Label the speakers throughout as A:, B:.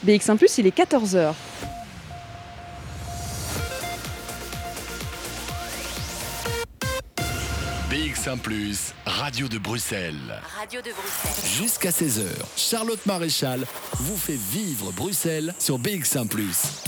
A: BX1 ⁇ il est 14 heures.
B: BX1 ⁇ Radio de Bruxelles.
C: Radio de Bruxelles.
B: Jusqu'à 16h, Charlotte Maréchal vous fait vivre Bruxelles sur BX1 ⁇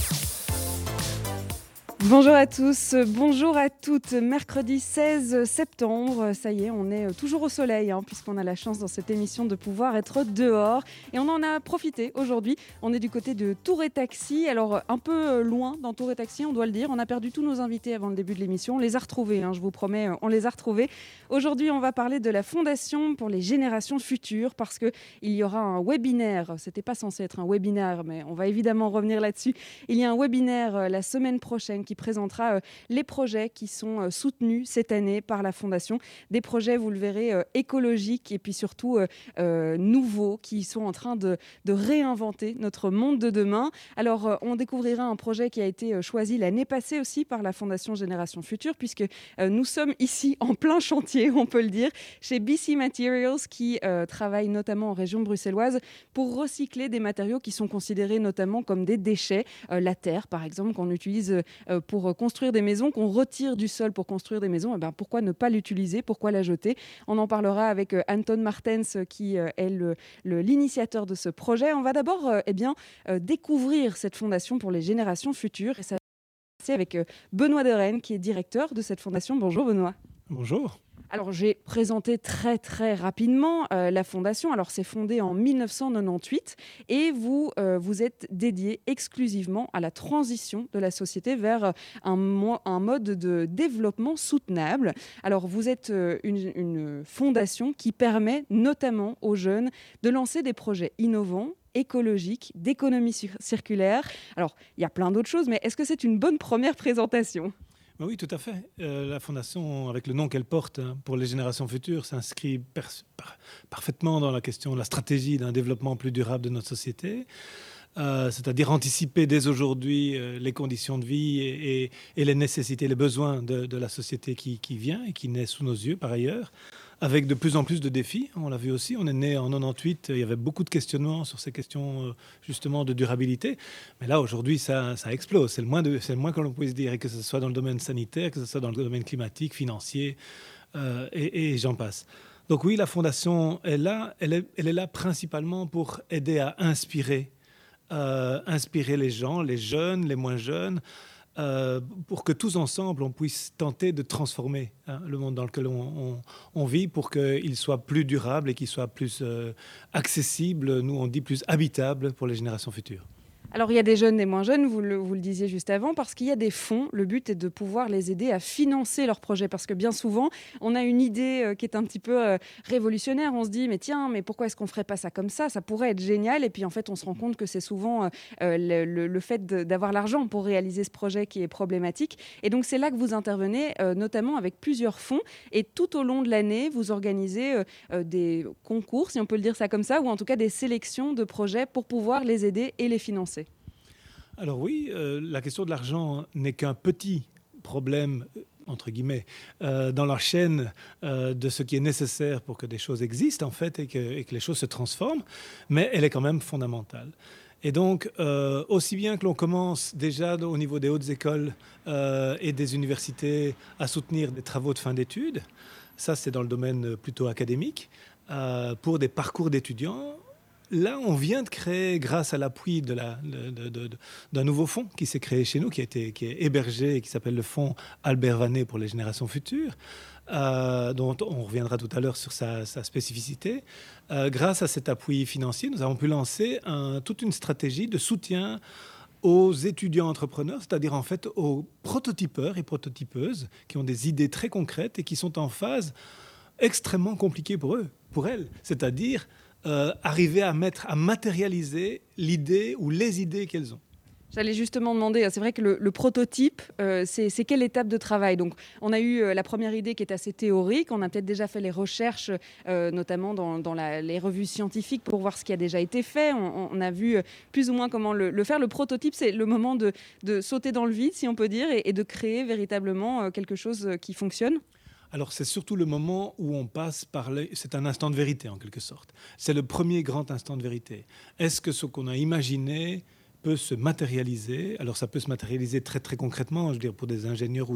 A: Bonjour à tous, bonjour à toutes. Mercredi 16 septembre, ça y est, on est toujours au soleil, puisqu'on a la chance dans cette émission de pouvoir être dehors. Et on en a profité aujourd'hui. On est du côté de Tour et Taxi. Alors, un peu loin dans Tour et Taxi, on doit le dire. On a perdu tous nos invités avant le début de l'émission. On les a retrouvés, je vous promets, on les a retrouvés. Aujourd'hui, on va parler de la Fondation pour les générations futures, parce qu'il y aura un webinaire. C'était pas censé être un webinaire, mais on va évidemment revenir là-dessus. Il y a un webinaire la semaine prochaine qui présentera les projets qui sont soutenus cette année par la Fondation. Des projets, vous le verrez, écologiques et puis surtout nouveaux, qui sont en train de réinventer notre monde de demain. Alors, on découvrira un projet qui a été choisi l'année passée aussi par la Fondation Génération Future, puisque nous sommes ici en plein chantier, on peut le dire, chez BC Materials, qui travaille notamment en région bruxelloise pour recycler des matériaux qui sont considérés notamment comme des déchets. La terre, par exemple, qu'on utilise pour construire des maisons, qu'on retire du sol pour construire des maisons, pourquoi ne pas l'utiliser, pourquoi la jeter? On en parlera avec Anton Martens, qui est l'initiateur de ce projet. On va d'abord découvrir cette fondation pour les générations futures, et ça va passer avec Benoît de Rennes, qui est directeur de cette fondation. Bonjour Benoît.
D: Bonjour.
A: Alors, j'ai présenté très très rapidement la fondation. Alors, c'est fondé en 1998 et vous êtes dédié exclusivement à la transition de la société vers un mode de développement soutenable. Alors, vous êtes une fondation qui permet notamment aux jeunes de lancer des projets innovants, écologiques, d'économie circulaire. Alors, il y a plein d'autres choses, mais est-ce que c'est une bonne première présentation ?
D: Oui, tout à fait. La Fondation, avec le nom qu'elle porte, pour les générations futures, s'inscrit parfaitement dans la question de la stratégie d'un développement plus durable de notre société. C'est-à-dire anticiper dès aujourd'hui les conditions de vie et les nécessités, les besoins de la société qui vient et qui naît sous nos yeux par ailleurs, avec de plus en plus de défis. On l'a vu aussi, on est né en 98, il y avait beaucoup de questionnements sur ces questions justement de durabilité. Mais là, aujourd'hui, ça explose. C'est le moins que l'on puisse dire, et que ce soit dans le domaine sanitaire, que ce soit dans le domaine climatique, financier, et j'en passe. Donc oui, la Fondation est là. Elle est là principalement pour aider à inspirer les gens, les jeunes, les moins jeunes, pour que tous ensemble, on puisse tenter de transformer le monde dans lequel on vit, pour qu'il soit plus durable et qu'il soit plus accessible, nous on dit plus habitable pour les générations futures.
A: Alors, il y a des jeunes, des moins jeunes, vous le disiez juste avant, parce qu'il y a des fonds. Le but est de pouvoir les aider à financer leurs projets, parce que bien souvent, on a une idée qui est un petit peu révolutionnaire. On se dit, mais tiens, mais pourquoi est-ce qu'on ne ferait pas ça comme ça? Ça pourrait être génial. Et puis, en fait, on se rend compte que c'est souvent le fait d'avoir l'argent pour réaliser ce projet qui est problématique. Et donc, c'est là que vous intervenez, notamment avec plusieurs fonds. Et tout au long de l'année, vous organisez des concours, si on peut le dire ça comme ça, ou en tout cas des sélections de projets pour pouvoir les aider et les financer.
D: Alors oui, la question de l'argent n'est qu'un petit problème, entre guillemets, dans la chaîne de ce qui est nécessaire pour que des choses existent, en fait, et que les choses se transforment, mais elle est quand même fondamentale. Et donc, aussi bien que l'on commence déjà au niveau des hautes écoles et des universités à soutenir des travaux de fin d'études, ça c'est dans le domaine plutôt académique, pour des parcours d'étudiants. Là, on vient de créer, grâce à l'appui d'un nouveau fonds qui s'est créé chez nous, qui est hébergé et qui s'appelle le fonds Albert Vanet pour les générations futures, dont on reviendra tout à l'heure sur sa spécificité. Grâce à cet appui financier, nous avons pu lancer toute une stratégie de soutien aux étudiants entrepreneurs, c'est-à-dire en fait aux prototypeurs et prototypeuses qui ont des idées très concrètes et qui sont en phase extrêmement compliquée pour elles, c'est-à-dire arriver à matérialiser l'idée ou les idées qu'elles ont.
A: J'allais justement demander, c'est vrai que le prototype, c'est quelle étape de travail? Donc, on a eu la première idée qui est assez théorique, on a peut-être déjà fait les recherches, notamment dans les revues scientifiques pour voir ce qui a déjà été fait, on a vu plus ou moins comment le faire. Le prototype, c'est le moment de sauter dans le vide, si on peut dire, et de créer véritablement quelque chose qui fonctionne.
D: Alors c'est surtout le moment où on passe par c'est un instant de vérité en quelque sorte. C'est le premier grand instant de vérité. Est-ce que ce qu'on a imaginé peut se matérialiser? Alors ça peut se matérialiser très très concrètement, je veux dire pour des ingénieurs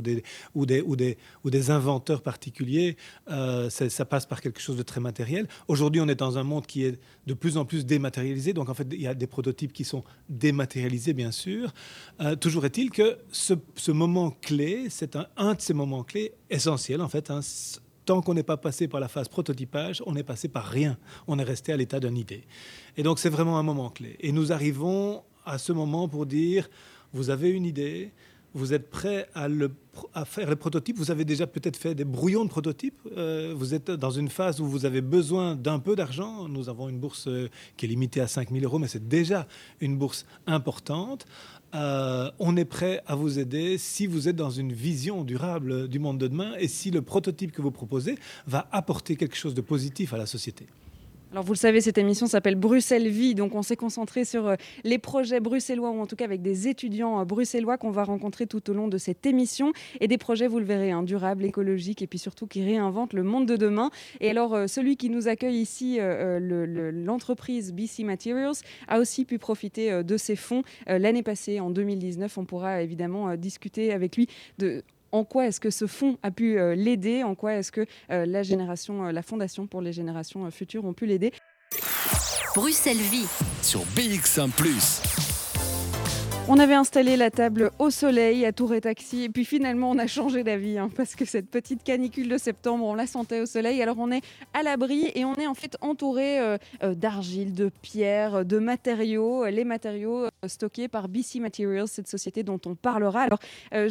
D: ou des inventeurs particuliers, ça passe par quelque chose de très matériel. Aujourd'hui on est dans un monde qui est de plus en plus dématérialisé, donc en fait il y a des prototypes qui sont dématérialisés bien sûr. Toujours est-il que ce moment clé, c'est un de ces moments clés essentiels en fait, hein. Tant qu'on n'est pas passé par la phase prototypage, on n'est passé par rien. On est resté à l'état d'une idée. Et donc c'est vraiment un moment clé. Et nous arrivons à ce moment pour dire, vous avez une idée, vous êtes prêt à faire le prototype, vous avez déjà peut-être fait des brouillons de prototypes, vous êtes dans une phase où vous avez besoin d'un peu d'argent. Nous avons une bourse qui est limitée à 5 000 €, mais c'est déjà une bourse importante. On est prêt à vous aider si vous êtes dans une vision durable du monde de demain et si le prototype que vous proposez va apporter quelque chose de positif à la société.
A: Alors vous le savez, cette émission s'appelle Bruxelles Vie, donc on s'est concentré sur les projets bruxellois, ou en tout cas avec des étudiants bruxellois qu'on va rencontrer tout au long de cette émission, et des projets, vous le verrez, hein, durables, écologiques, et puis surtout qui réinventent le monde de demain. Et alors celui qui nous accueille ici, l'entreprise BC Materials, a aussi pu profiter de ces fonds l'année passée, en 2019. On pourra évidemment discuter avec lui de en quoi est-ce que ce fonds a pu l'aider, en quoi est-ce que la Fondation pour les générations futures ont pu l'aider.
B: Bruxelles Vie sur BX1 +.
A: On avait installé la table au soleil à Tour et Taxi, et puis finalement on a changé d'avis, hein, parce que cette petite canicule de septembre, on la sentait au soleil. Alors on est à l'abri et on est en fait entouré d'argile, de pierre, de matériaux, les matériaux stockés par BC Materials, cette société dont on parlera. Alors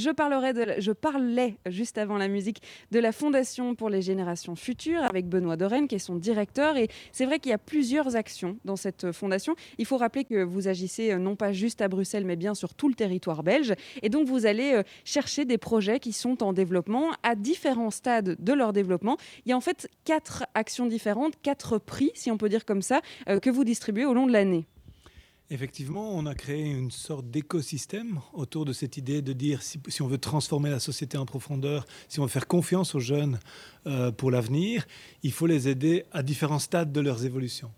A: je parlais juste avant la musique de la Fondation pour les générations futures avec Benoît Dorenne, qui est son directeur, et c'est vrai qu'il y a plusieurs actions dans cette fondation. Il faut rappeler que vous agissez non pas juste à Bruxelles, mais bien sur tout le territoire belge. Et donc, vous allez chercher des projets qui sont en développement à différents stades de leur développement. Il y a en fait 4 actions différentes, 4 prix, si on peut dire comme ça, que vous distribuez au long de l'année.
D: Effectivement, on a créé une sorte d'écosystème autour de cette idée de dire si on veut transformer la société en profondeur, si on veut faire confiance aux jeunes pour l'avenir, il faut les aider à différents stades de leurs évolutions.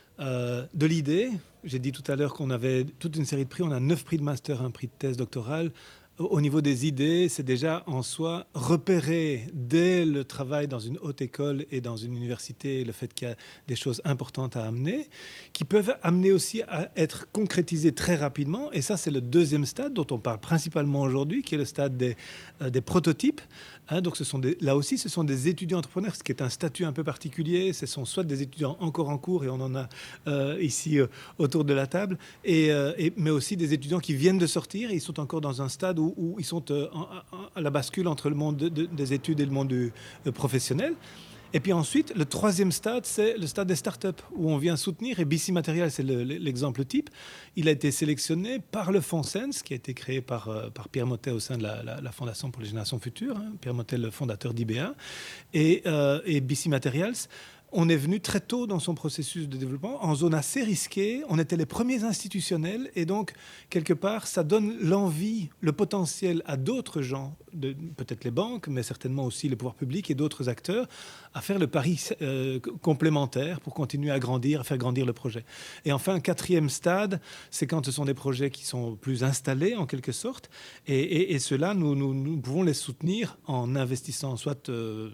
D: De l'idée, j'ai dit tout à l'heure qu'on avait toute une série de prix, on a 9 prix de master, un prix de thèse doctorale. Au niveau des idées, c'est déjà en soi repérer dès le travail dans une haute école et dans une université le fait qu'il y a des choses importantes à amener, qui peuvent amener aussi à être concrétisées très rapidement. Et ça, c'est le deuxième stade dont on parle principalement aujourd'hui, qui est le stade des prototypes. Hein, donc là aussi, ce sont des étudiants entrepreneurs, ce qui est un statut un peu particulier. Ce sont soit des étudiants encore en cours, et on en a ici autour de la table, mais aussi des étudiants qui viennent de sortir et ils sont encore dans un stade où ils sont à la bascule entre le monde des études et le monde professionnel. Et puis ensuite, le troisième stade, c'est le stade des startups, où on vient soutenir, et BC Materials, c'est l'exemple type. Il a été sélectionné par le Fonds Sens, qui a été créé par Pierre Mottet au sein de la Fondation pour les générations futures, hein, Pierre Mottet, le fondateur d'IBA, et BC Materials. On est venu très tôt dans son processus de développement, en zone assez risquée. On était les premiers institutionnels et donc, quelque part, ça donne l'envie, le potentiel à d'autres gens, peut-être les banques, mais certainement aussi le pouvoir public et d'autres acteurs, à faire le pari complémentaire pour continuer à grandir, à faire grandir le projet. Et enfin, 4e stade, c'est quand ce sont des projets qui sont plus installés, en quelque sorte. Et ceux-là, nous pouvons les soutenir en investissant soit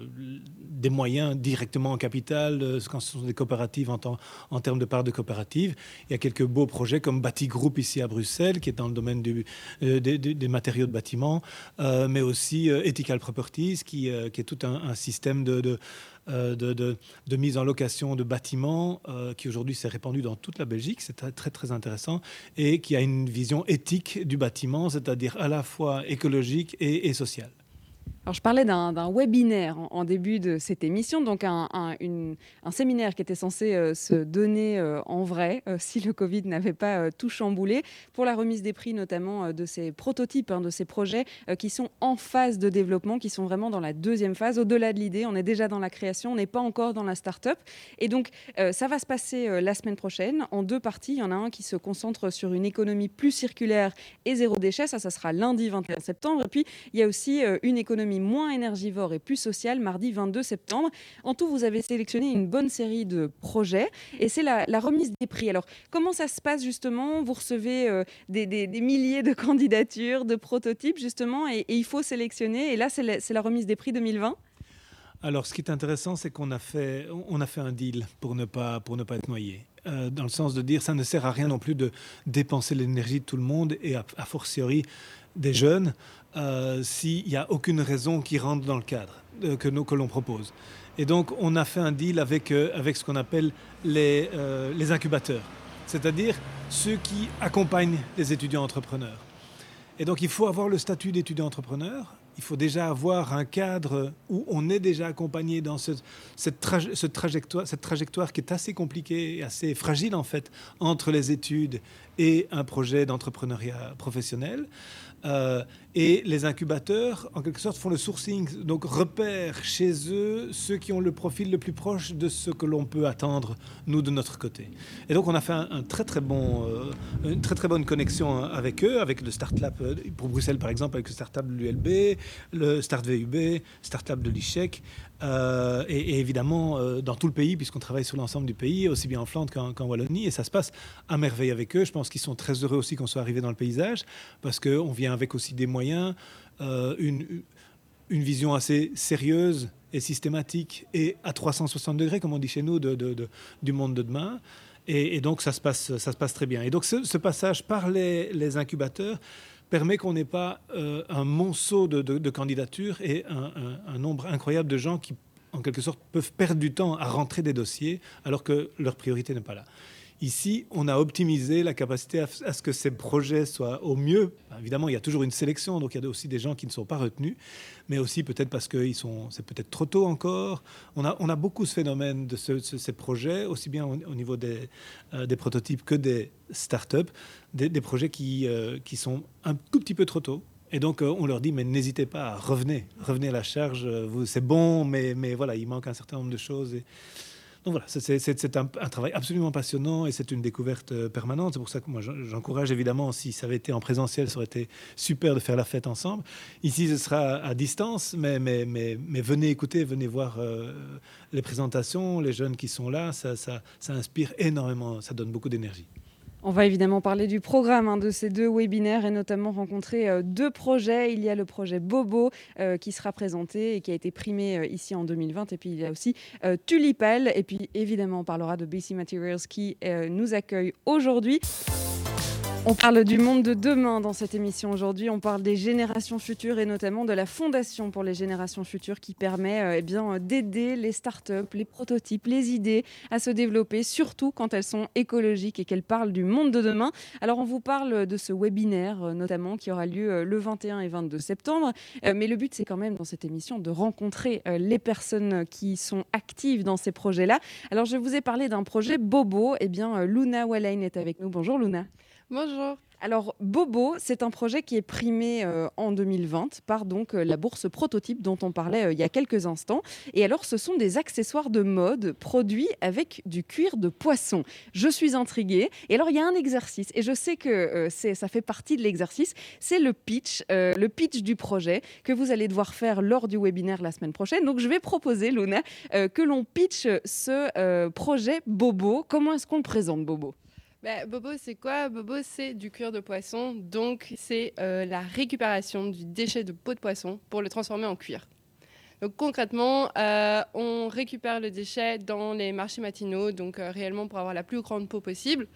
D: des moyens directement en capital, quand ce sont des coopératives en termes de part de coopératives. Il y a quelques beaux projets comme Bati Group ici à Bruxelles, qui est dans le domaine des matériaux de bâtiment, mais aussi Ethical Properties, qui est tout un système de mise en location de bâtiments qui aujourd'hui s'est répandu dans toute la Belgique. C'est très, très intéressant et qui a une vision éthique du bâtiment, c'est-à-dire à la fois écologique et sociale.
A: Alors, je parlais d'un webinaire en début de cette émission, donc un séminaire qui était censé se donner en vrai si le Covid n'avait pas tout chamboulé, pour la remise des prix notamment de ces prototypes, de ces projets qui sont en phase de développement, qui sont vraiment dans la deuxième phase. Au-delà de l'idée, on est déjà dans la création, on n'est pas encore dans la start-up. Et donc, ça va se passer la semaine prochaine en 2 parties. Il y en a un qui se concentre sur une économie plus circulaire et zéro déchet. Ça sera lundi 21 septembre. Et puis, il y a aussi une économie gastronomie moins énergivore et plus sociale, mardi 22 septembre. En tout, vous avez sélectionné une bonne série de projets et c'est la remise des prix. Alors, comment ça se passe justement? Vous recevez des milliers de candidatures, de prototypes justement, et il faut sélectionner. Et là, c'est la remise des prix 2020.
D: Alors, ce qui est intéressant, c'est qu'on a fait un deal pour ne pas être noyé. Dans le sens de dire, ça ne sert à rien non plus de dépenser l'énergie de tout le monde et a fortiori des jeunes s'il n'y a aucune raison qui rentre dans le cadre que l'on propose. Et donc, on a fait un deal avec ce qu'on appelle les incubateurs, c'est-à-dire ceux qui accompagnent les étudiants entrepreneurs. Et donc, il faut avoir le statut d'étudiant entrepreneur. Il faut déjà avoir un cadre où on est déjà accompagné dans cette trajectoire qui est assez compliquée et assez fragile en fait entre les études et un projet d'entrepreneuriat professionnel. Et les incubateurs, en quelque sorte, font le sourcing, donc repèrent chez eux ceux qui ont le profil le plus proche de ce que l'on peut attendre, nous, de notre côté. Et donc, on a fait une très très bonne connexion avec eux, avec le Start Lab pour Bruxelles, par exemple, avec le Start Lab de l'ULB, le Start VUB, Start Lab de l'ICHEC, et évidemment dans tout le pays, puisqu'on travaille sur l'ensemble du pays, aussi bien en Flandre qu'en Wallonie, et ça se passe à merveille avec eux. Je pense qu'ils sont très heureux aussi qu'on soit arrivé dans le paysage, parce qu'on vient avec aussi des moyens, une vision assez sérieuse et systématique, et à 360 degrés, comme on dit chez nous, du monde de demain. Et donc ça se passe très bien. Et donc ce passage par les incubateurs permet qu'on n'ait pas un monceau de candidatures et un nombre incroyable de gens qui, en quelque sorte, peuvent perdre du temps à rentrer des dossiers alors que leur priorité n'est pas là. Ici, on a optimisé la capacité à ce que ces projets soient au mieux. Évidemment, il y a toujours une sélection, donc il y a aussi des gens qui ne sont pas retenus, mais aussi peut-être parce que c'est peut-être trop tôt encore. On a beaucoup ce phénomène de ces projets, aussi bien au niveau des prototypes que des startups, des projets qui sont un tout petit peu trop tôt. Et donc, on leur dit, mais n'hésitez pas, revenez à la charge. C'est bon, mais voilà, il manque un certain nombre de choses. Donc voilà, c'est un travail absolument passionnant et c'est une découverte permanente. C'est pour ça que moi, j'encourage évidemment, si ça avait été en présentiel, ça aurait été super de faire la fête ensemble. Ici, ce sera à distance, mais venez écouter, venez voir les présentations, les jeunes qui sont là, ça inspire énormément, ça donne beaucoup d'énergie.
A: On va évidemment parler du programme de ces deux webinaires et notamment rencontrer deux projets. Il y a le projet Bobo qui sera présenté et qui a été primé ici en 2020. Et puis il y a aussi Tulipal. Et puis évidemment, on parlera de BC Materials qui nous accueille aujourd'hui. On parle du monde de demain dans cette émission aujourd'hui. On parle des générations futures et notamment de la Fondation pour les générations futures qui permet d'aider les startups, les prototypes, les idées à se développer, surtout quand elles sont écologiques et qu'elles parlent du monde de demain. Alors on vous parle de ce webinaire notamment qui aura lieu le 21 et 22 septembre. Mais le but c'est quand même dans cette émission de rencontrer les personnes qui sont actives dans ces projets-là. Alors je vous ai parlé d'un projet Bobo. Eh bien Luna Walain est avec nous. Bonjour Luna.
C: Bonjour.
A: Alors Bobo, c'est un projet qui est primé en 2020 par donc la bourse Prototype dont on parlait il y a quelques instants. Et alors ce sont des accessoires de mode produits avec du cuir de poisson. Je suis intriguée. Et alors il y a un exercice et je sais que ça fait partie de l'exercice. C'est le pitch du projet que vous allez devoir faire lors du webinaire la semaine prochaine. Donc je vais proposer, Luna, que l'on pitch ce projet Bobo. Comment est-ce qu'on le présente, Bobo ?
C: Bobo, c'est quoi? Bobo, c'est du cuir de poisson. Donc, c'est la récupération du déchet de peau de poisson pour le transformer en cuir. Donc, concrètement, on récupère le déchet dans les marchés matinaux, donc réellement pour avoir la plus grande peau possible.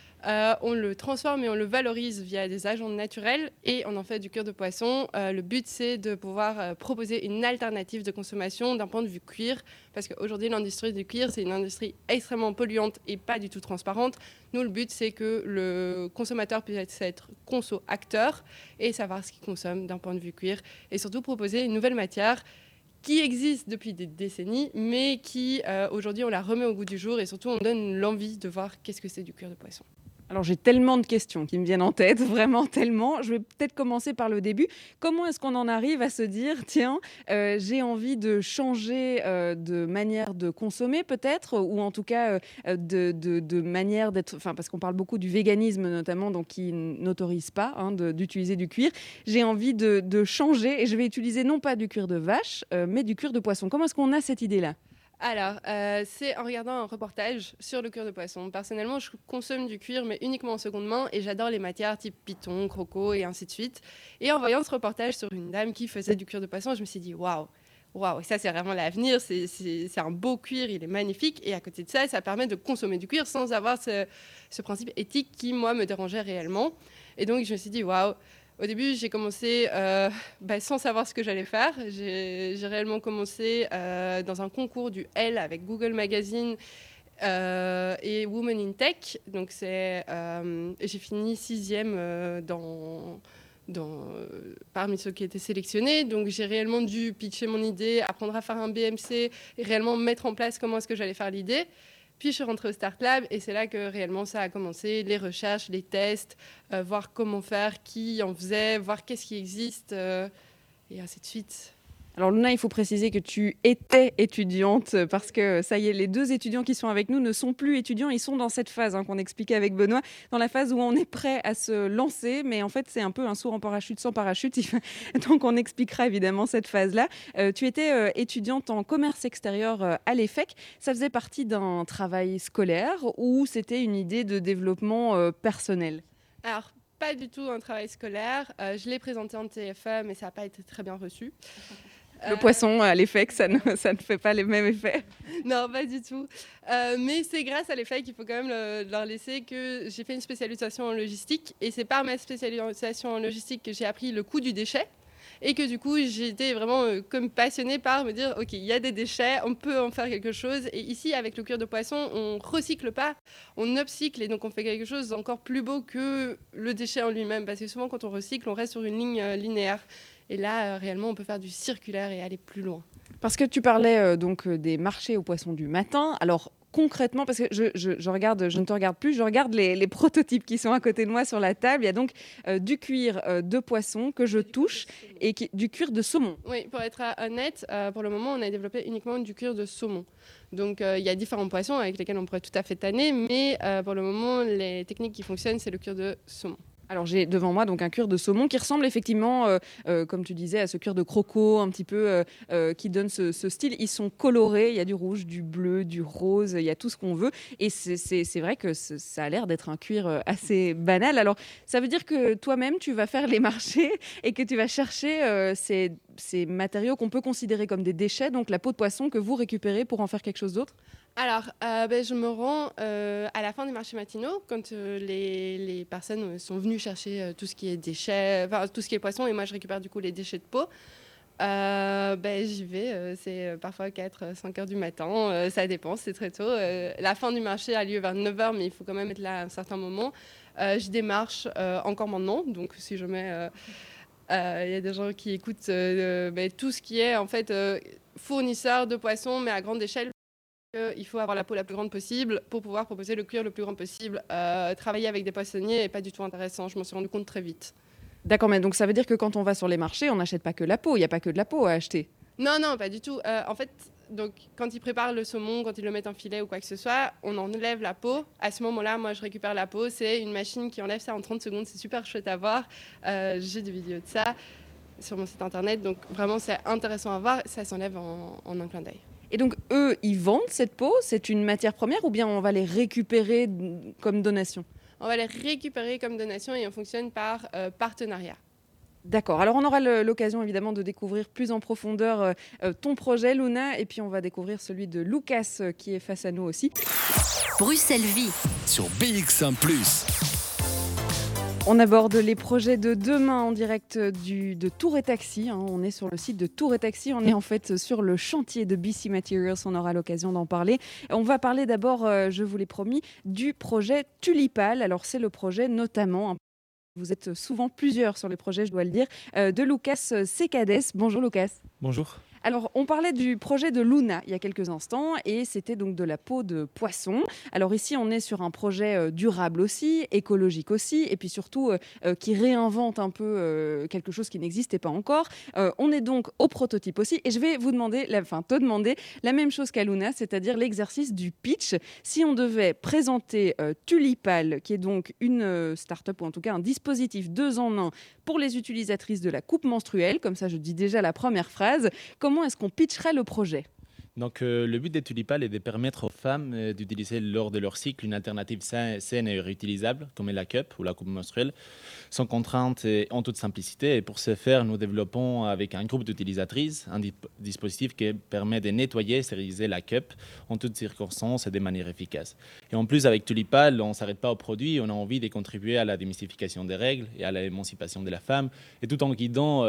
C: On le transforme et on le valorise via des agents naturels et on en fait du cuir de poisson. Le but, c'est de pouvoir proposer une alternative de consommation d'un point de vue cuir, parce qu'aujourd'hui, l'industrie du cuir, c'est une industrie extrêmement polluante et pas du tout transparente. Nous, le but, c'est que le consommateur puisse être conso-acteur et savoir ce qu'il consomme d'un point de vue cuir, et surtout proposer une nouvelle matière qui existe depuis des décennies, mais qui, aujourd'hui, on la remet au goût du jour, et surtout, on donne l'envie de voir qu'est-ce que c'est du cuir de poisson.
A: Alors j'ai tellement de questions qui me viennent en tête, vraiment tellement. Je vais peut-être commencer par le début. Comment est-ce qu'on en arrive à se dire, tiens, j'ai envie de changer de manière de consommer peut-être, ou en tout cas de manière d'être, enfin parce qu'on parle beaucoup du véganisme notamment, donc qui n'autorise pas d'utiliser du cuir. J'ai envie de changer et je vais utiliser non pas du cuir de vache, mais du cuir de poisson. Comment est-ce qu'on a cette idée-là ?
C: Alors, c'est en regardant un reportage sur le cuir de poisson. Personnellement, je consomme du cuir, mais uniquement en seconde main, et j'adore les matières type python, croco et ainsi de suite. Et en voyant ce reportage sur une dame qui faisait du cuir de poisson, je me suis dit, waouh, ça c'est vraiment l'avenir, c'est un beau cuir, il est magnifique. Et à côté de ça, ça permet de consommer du cuir sans avoir ce principe éthique qui, moi, me dérangeait réellement. Et donc, je me suis dit, waouh. Au début, j'ai commencé sans savoir ce que j'allais faire. J'ai réellement commencé dans un concours du L avec Google Magazine et Women in Tech. Donc, j'ai fini 6e parmi ceux qui étaient sélectionnés. Donc, j'ai réellement dû pitcher mon idée, apprendre à faire un BMC et réellement mettre en place comment est-ce que j'allais faire l'idée. Puis je suis rentrée au Start Lab et c'est là que réellement ça a commencé, les recherches, les tests, voir comment faire, qui en faisait, voir qu'est-ce qui existe et ainsi de suite.
A: Alors Luna, il faut préciser que tu étais étudiante parce que ça y est, les 2 étudiants qui sont avec nous ne sont plus étudiants, ils sont dans cette phase qu'on expliquait avec Benoît, dans la phase où on est prêt à se lancer, mais en fait c'est un peu un saut en parachute sans parachute, donc on expliquera évidemment cette phase-là. Tu étais étudiante en commerce extérieur à l'EFEC, ça faisait partie d'un travail scolaire ou c'était une idée de développement personnel ?
C: Alors, pas du tout un travail scolaire, je l'ai présenté en TFE, mais ça n'a pas été très bien reçu.
A: Le poisson, à l'EFEC, ça ne fait pas les mêmes effets.
C: Non, pas du tout. Mais c'est grâce à l'EFEC qu'il faut quand même leur laisser que j'ai fait une spécialisation en logistique. Et c'est par ma spécialisation en logistique que j'ai appris le coût du déchet. Et que du coup, j'étais vraiment comme passionnée par me dire, OK, il y a des déchets, on peut en faire quelque chose. Et ici, avec le cuir de poisson, on recycle pas, on upcycle. Et donc, on fait quelque chose d'encore plus beau que le déchet en lui-même. Parce que souvent, quand on recycle, on reste sur une ligne linéaire. Et là, réellement, on peut faire du circulaire et aller plus loin.
A: Parce que tu parlais des marchés aux poissons du matin. Alors, concrètement, parce que je regarde, je ne te regarde plus, je regarde les prototypes qui sont à côté de moi sur la table. Il y a donc du cuir de poisson que je touche et du cuir de saumon.
C: Oui, pour être honnête, pour le moment, on a développé uniquement du cuir de saumon. Donc, il y a différents poissons avec lesquels on pourrait tout à fait tanner, mais pour le moment, les techniques qui fonctionnent, c'est le cuir de saumon.
A: Alors j'ai devant moi donc un cuir de saumon qui ressemble effectivement, comme tu disais, à ce cuir de croco un petit peu qui donne ce style. Ils sont colorés, il y a du rouge, du bleu, du rose, il y a tout ce qu'on veut. Et c'est vrai que ça a l'air d'être un cuir assez banal. Alors ça veut dire que toi-même tu vas faire les marchés et que tu vas chercher ces matériaux qu'on peut considérer comme des déchets, donc la peau de poisson que vous récupérez pour en faire quelque chose d'autre ?
C: Alors, je me rends à la fin des marchés matinaux quand les personnes sont venues chercher tout ce qui est déchets, enfin tout ce qui est poisson, et moi je récupère du coup les déchets de peau. J'y vais, c'est parfois 4-5 heures du matin, ça dépend, c'est très tôt. La fin du marché a lieu vers 9 heures, mais il faut quand même être là à un certain moment. Je démarche encore maintenant, donc si jamais il y a des gens qui écoutent tout ce qui est en fait fournisseur de poissons, mais à grande échelle. Il faut avoir la peau la plus grande possible pour pouvoir proposer le cuir le plus grand possible. Travailler avec des poissonniers n'est pas du tout intéressant, je m'en suis rendu compte très vite.
A: D'accord, mais donc ça veut dire que quand on va sur les marchés, on n'achète pas que la peau, il n'y a pas que de la peau à acheter.
C: Non, pas du tout. En fait, donc, quand ils préparent le saumon, quand ils le mettent en filet ou quoi que ce soit, on enlève la peau. À ce moment-là, moi, je récupère la peau. C'est une machine qui enlève ça en 30 secondes. C'est super chouette à voir. J'ai des vidéos de ça sur mon site internet. Donc, vraiment, c'est intéressant à voir. Ça s'enlève en un clin d'œil.
A: Et donc, eux, ils vendent cette peau, c'est une matière première ou bien on va les récupérer comme donation ?
C: On va les récupérer comme donation et on fonctionne par partenariat.
A: D'accord. Alors, on aura l'occasion évidemment de découvrir plus en profondeur ton projet, Luna, et puis on va découvrir celui de Lucas qui est face à nous aussi.
B: Bruxelles Vie sur BX1 +.
A: On aborde les projets de demain en direct de Tour et Taxi. On est sur le site de Tour et Taxi. On est en fait sur le chantier de BC Materials. On aura l'occasion d'en parler. On va parler d'abord, je vous l'ai promis, du projet Tulipal. Alors c'est le projet notamment, vous êtes souvent plusieurs sur les projets, je dois le dire, de Lucas Secades. Bonjour Lucas.
E: Bonjour.
A: Alors, on parlait du projet de Luna il y a quelques instants et c'était donc de la peau de poisson. Alors ici, on est sur un projet durable aussi, écologique aussi, et puis surtout qui réinvente un peu quelque chose qui n'existait pas encore. On est donc au prototype aussi et je vais te demander la même chose qu'à Luna, c'est-à-dire l'exercice du pitch. Si on devait présenter Tulipal, qui est donc une start-up ou en tout cas un dispositif 2 en 1 pour les utilisatrices de la coupe menstruelle, comme ça je dis déjà la première phrase, comment est-ce qu'on pitcherait le projet ?
E: Donc, le but des tulipales est de permettre aux femmes d'utiliser lors de leur cycle une alternative saine et réutilisable, comme est la cup ou la coupe menstruelle, sans contrainte et en toute simplicité. Et pour ce faire, nous développons avec un groupe d'utilisatrices un dispositif qui permet de nettoyer et stériliser la cup en toutes circonstances et de manière efficace. Et en plus, avec Tulipal, on ne s'arrête pas au produit, on a envie de contribuer à la démystification des règles et à l'émancipation de la femme, et tout en guidant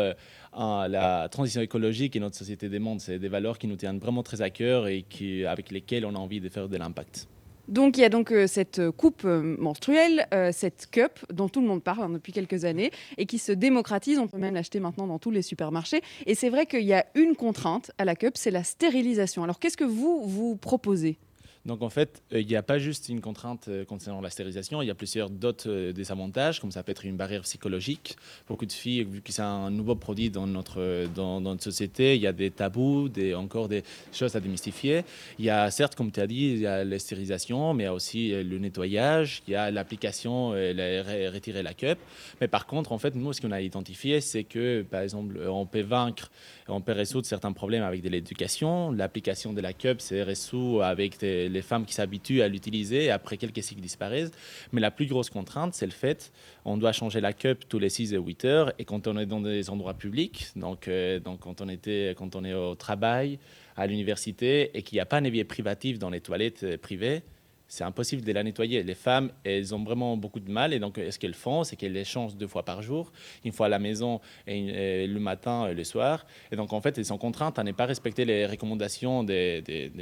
E: la transition écologique que notre société demande. C'est des valeurs qui nous tiennent vraiment très à cœur et avec lesquelles on a envie de faire de l'impact.
A: Donc il y a donc cette coupe menstruelle, cette cup dont tout le monde parle depuis quelques années et qui se démocratise. On peut même l'acheter maintenant dans tous les supermarchés. Et c'est vrai qu'il y a une contrainte à la cup, c'est la stérilisation. Alors qu'est-ce que vous proposez ?
E: Donc en fait, il n'y a pas juste une contrainte concernant la stérilisation, il y a plusieurs d'autres désavantages, comme ça peut être une barrière psychologique. Beaucoup de filles, vu que c'est un nouveau produit dans notre société, il y a des tabous, encore des choses à démystifier. Il y a certes, comme tu as dit, il y a la stérilisation, mais il y a aussi le nettoyage, il y a l'application, retirer la cup. Mais par contre, en fait, nous, ce qu'on a identifié, c'est que, par exemple, on peut résoudre certains problèmes avec de l'éducation. L'application de la cup, c'est résout avec les femmes qui s'habituent à l'utiliser et après quelques cycles disparaissent. Mais la plus grosse contrainte, c'est le fait on doit changer la cup tous les 6 et 8 heures. Et quand on est dans des endroits publics, donc quand on est au travail, à l'université et qu'il n'y a pas un évier privatif dans les toilettes privées, c'est impossible de la nettoyer. Les femmes, elles ont vraiment beaucoup de mal. Et donc, ce qu'elles font, c'est qu'elles les changent 2 fois par jour, une fois à la maison et le matin et le soir. Et donc, en fait, elles sont contraintes à ne pas respecter les recommandations des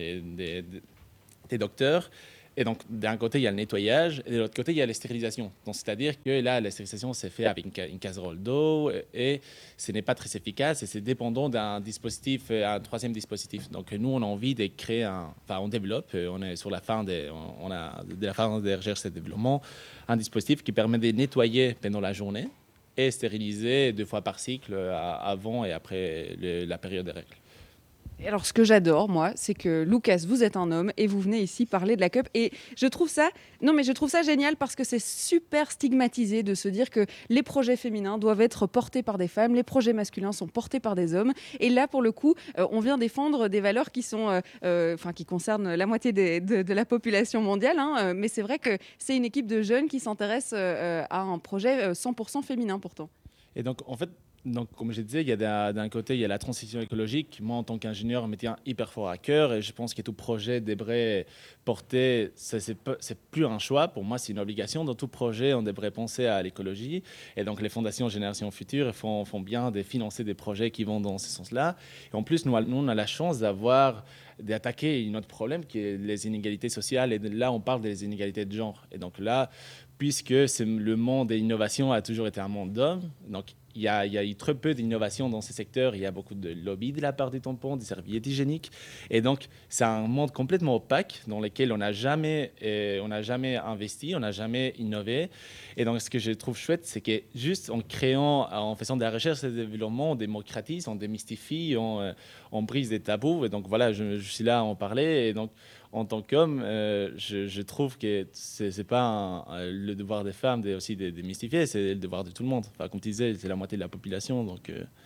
E: docteurs. Et donc, d'un côté, il y a le nettoyage, et de l'autre côté, il y a la stérilisation. Donc, c'est-à-dire que là, la stérilisation se fait avec une casserole d'eau, et ce n'est pas très efficace, et c'est dépendant d'un dispositif, un troisième dispositif. Donc, nous, on a envie de créer on développe, on est sur la fin de la fin des recherches et développement, un dispositif qui permet de nettoyer pendant la journée et stériliser 2 fois par cycle, avant et après la période des règles.
A: Alors, ce que j'adore, moi, c'est que Lucas, vous êtes un homme et vous venez ici parler de la cup. Et je trouve ça génial parce que c'est super stigmatisé de se dire que les projets féminins doivent être portés par des femmes, les projets masculins sont portés par des hommes. Et là, pour le coup, on vient défendre des valeurs qui sont, qui concernent la moitié de la population mondiale. Mais c'est vrai que c'est une équipe de jeunes qui s'intéresse à un projet 100% féminin pourtant.
E: Et donc, en fait, comme je disais, il y a d'un côté, il y a la transition écologique. Moi, en tant qu'ingénieur, me tient hyper fort à cœur et je pense que tout projet devrait porter, c'est plus un choix. Pour moi, c'est une obligation. Dans tout projet, on devrait penser à l'écologie. Et donc, les fondations Génération Future font bien de financer des projets qui vont dans ce sens-là. Et en plus, nous, on a la chance d'attaquer un autre problème qui est les inégalités sociales. Et là, on parle des inégalités de genre. Et donc là, puisque le monde de l'innovation a toujours été un monde d'hommes, donc il y a eu très peu d'innovation dans ces secteurs. Il y a beaucoup de lobby de la part des tampons, des serviettes hygiéniques. Et donc, c'est un monde complètement opaque dans lequel on n'a jamais investi, on n'a jamais innové. Et donc, ce que je trouve chouette, c'est que juste en faisant de la recherche et du développement, on démocratise, on démystifie, on brise des tabous. Et donc, voilà, je suis là à en parler. Et donc, en tant qu'homme, je trouve que c'est pas le devoir des femmes aussi de démystifier, c'est le devoir de tout le monde. Enfin, comme tu disais, c'est la moitié de la population, donc...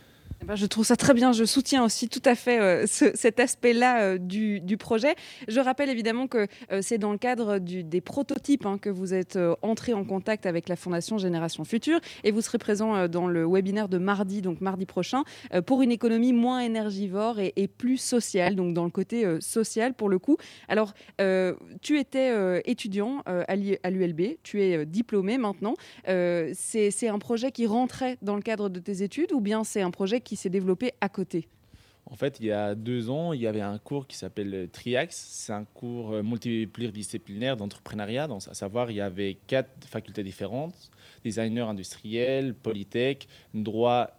A: Je trouve ça très bien. Je soutiens aussi tout à fait cet aspect-là du projet. Je rappelle évidemment que c'est dans le cadre des prototypes que vous êtes entré en contact avec la Fondation Génération Future et vous serez présent dans le webinaire de mardi, donc mardi prochain, pour une économie moins énergivore et plus sociale, donc dans le côté social pour le coup. Alors, tu étais étudiant à l'ULB, tu es diplômé maintenant. C'est un projet qui rentrait dans le cadre de tes études ou bien c'est un projet qui s'est développé à côté?
E: En fait, il y a 2 ans, il y avait un cours qui s'appelle Triax. C'est un cours pluridisciplinaire d'entrepreneuriat. Donc, à savoir, il y avait 4 facultés différentes: designer industriel, polytech, droit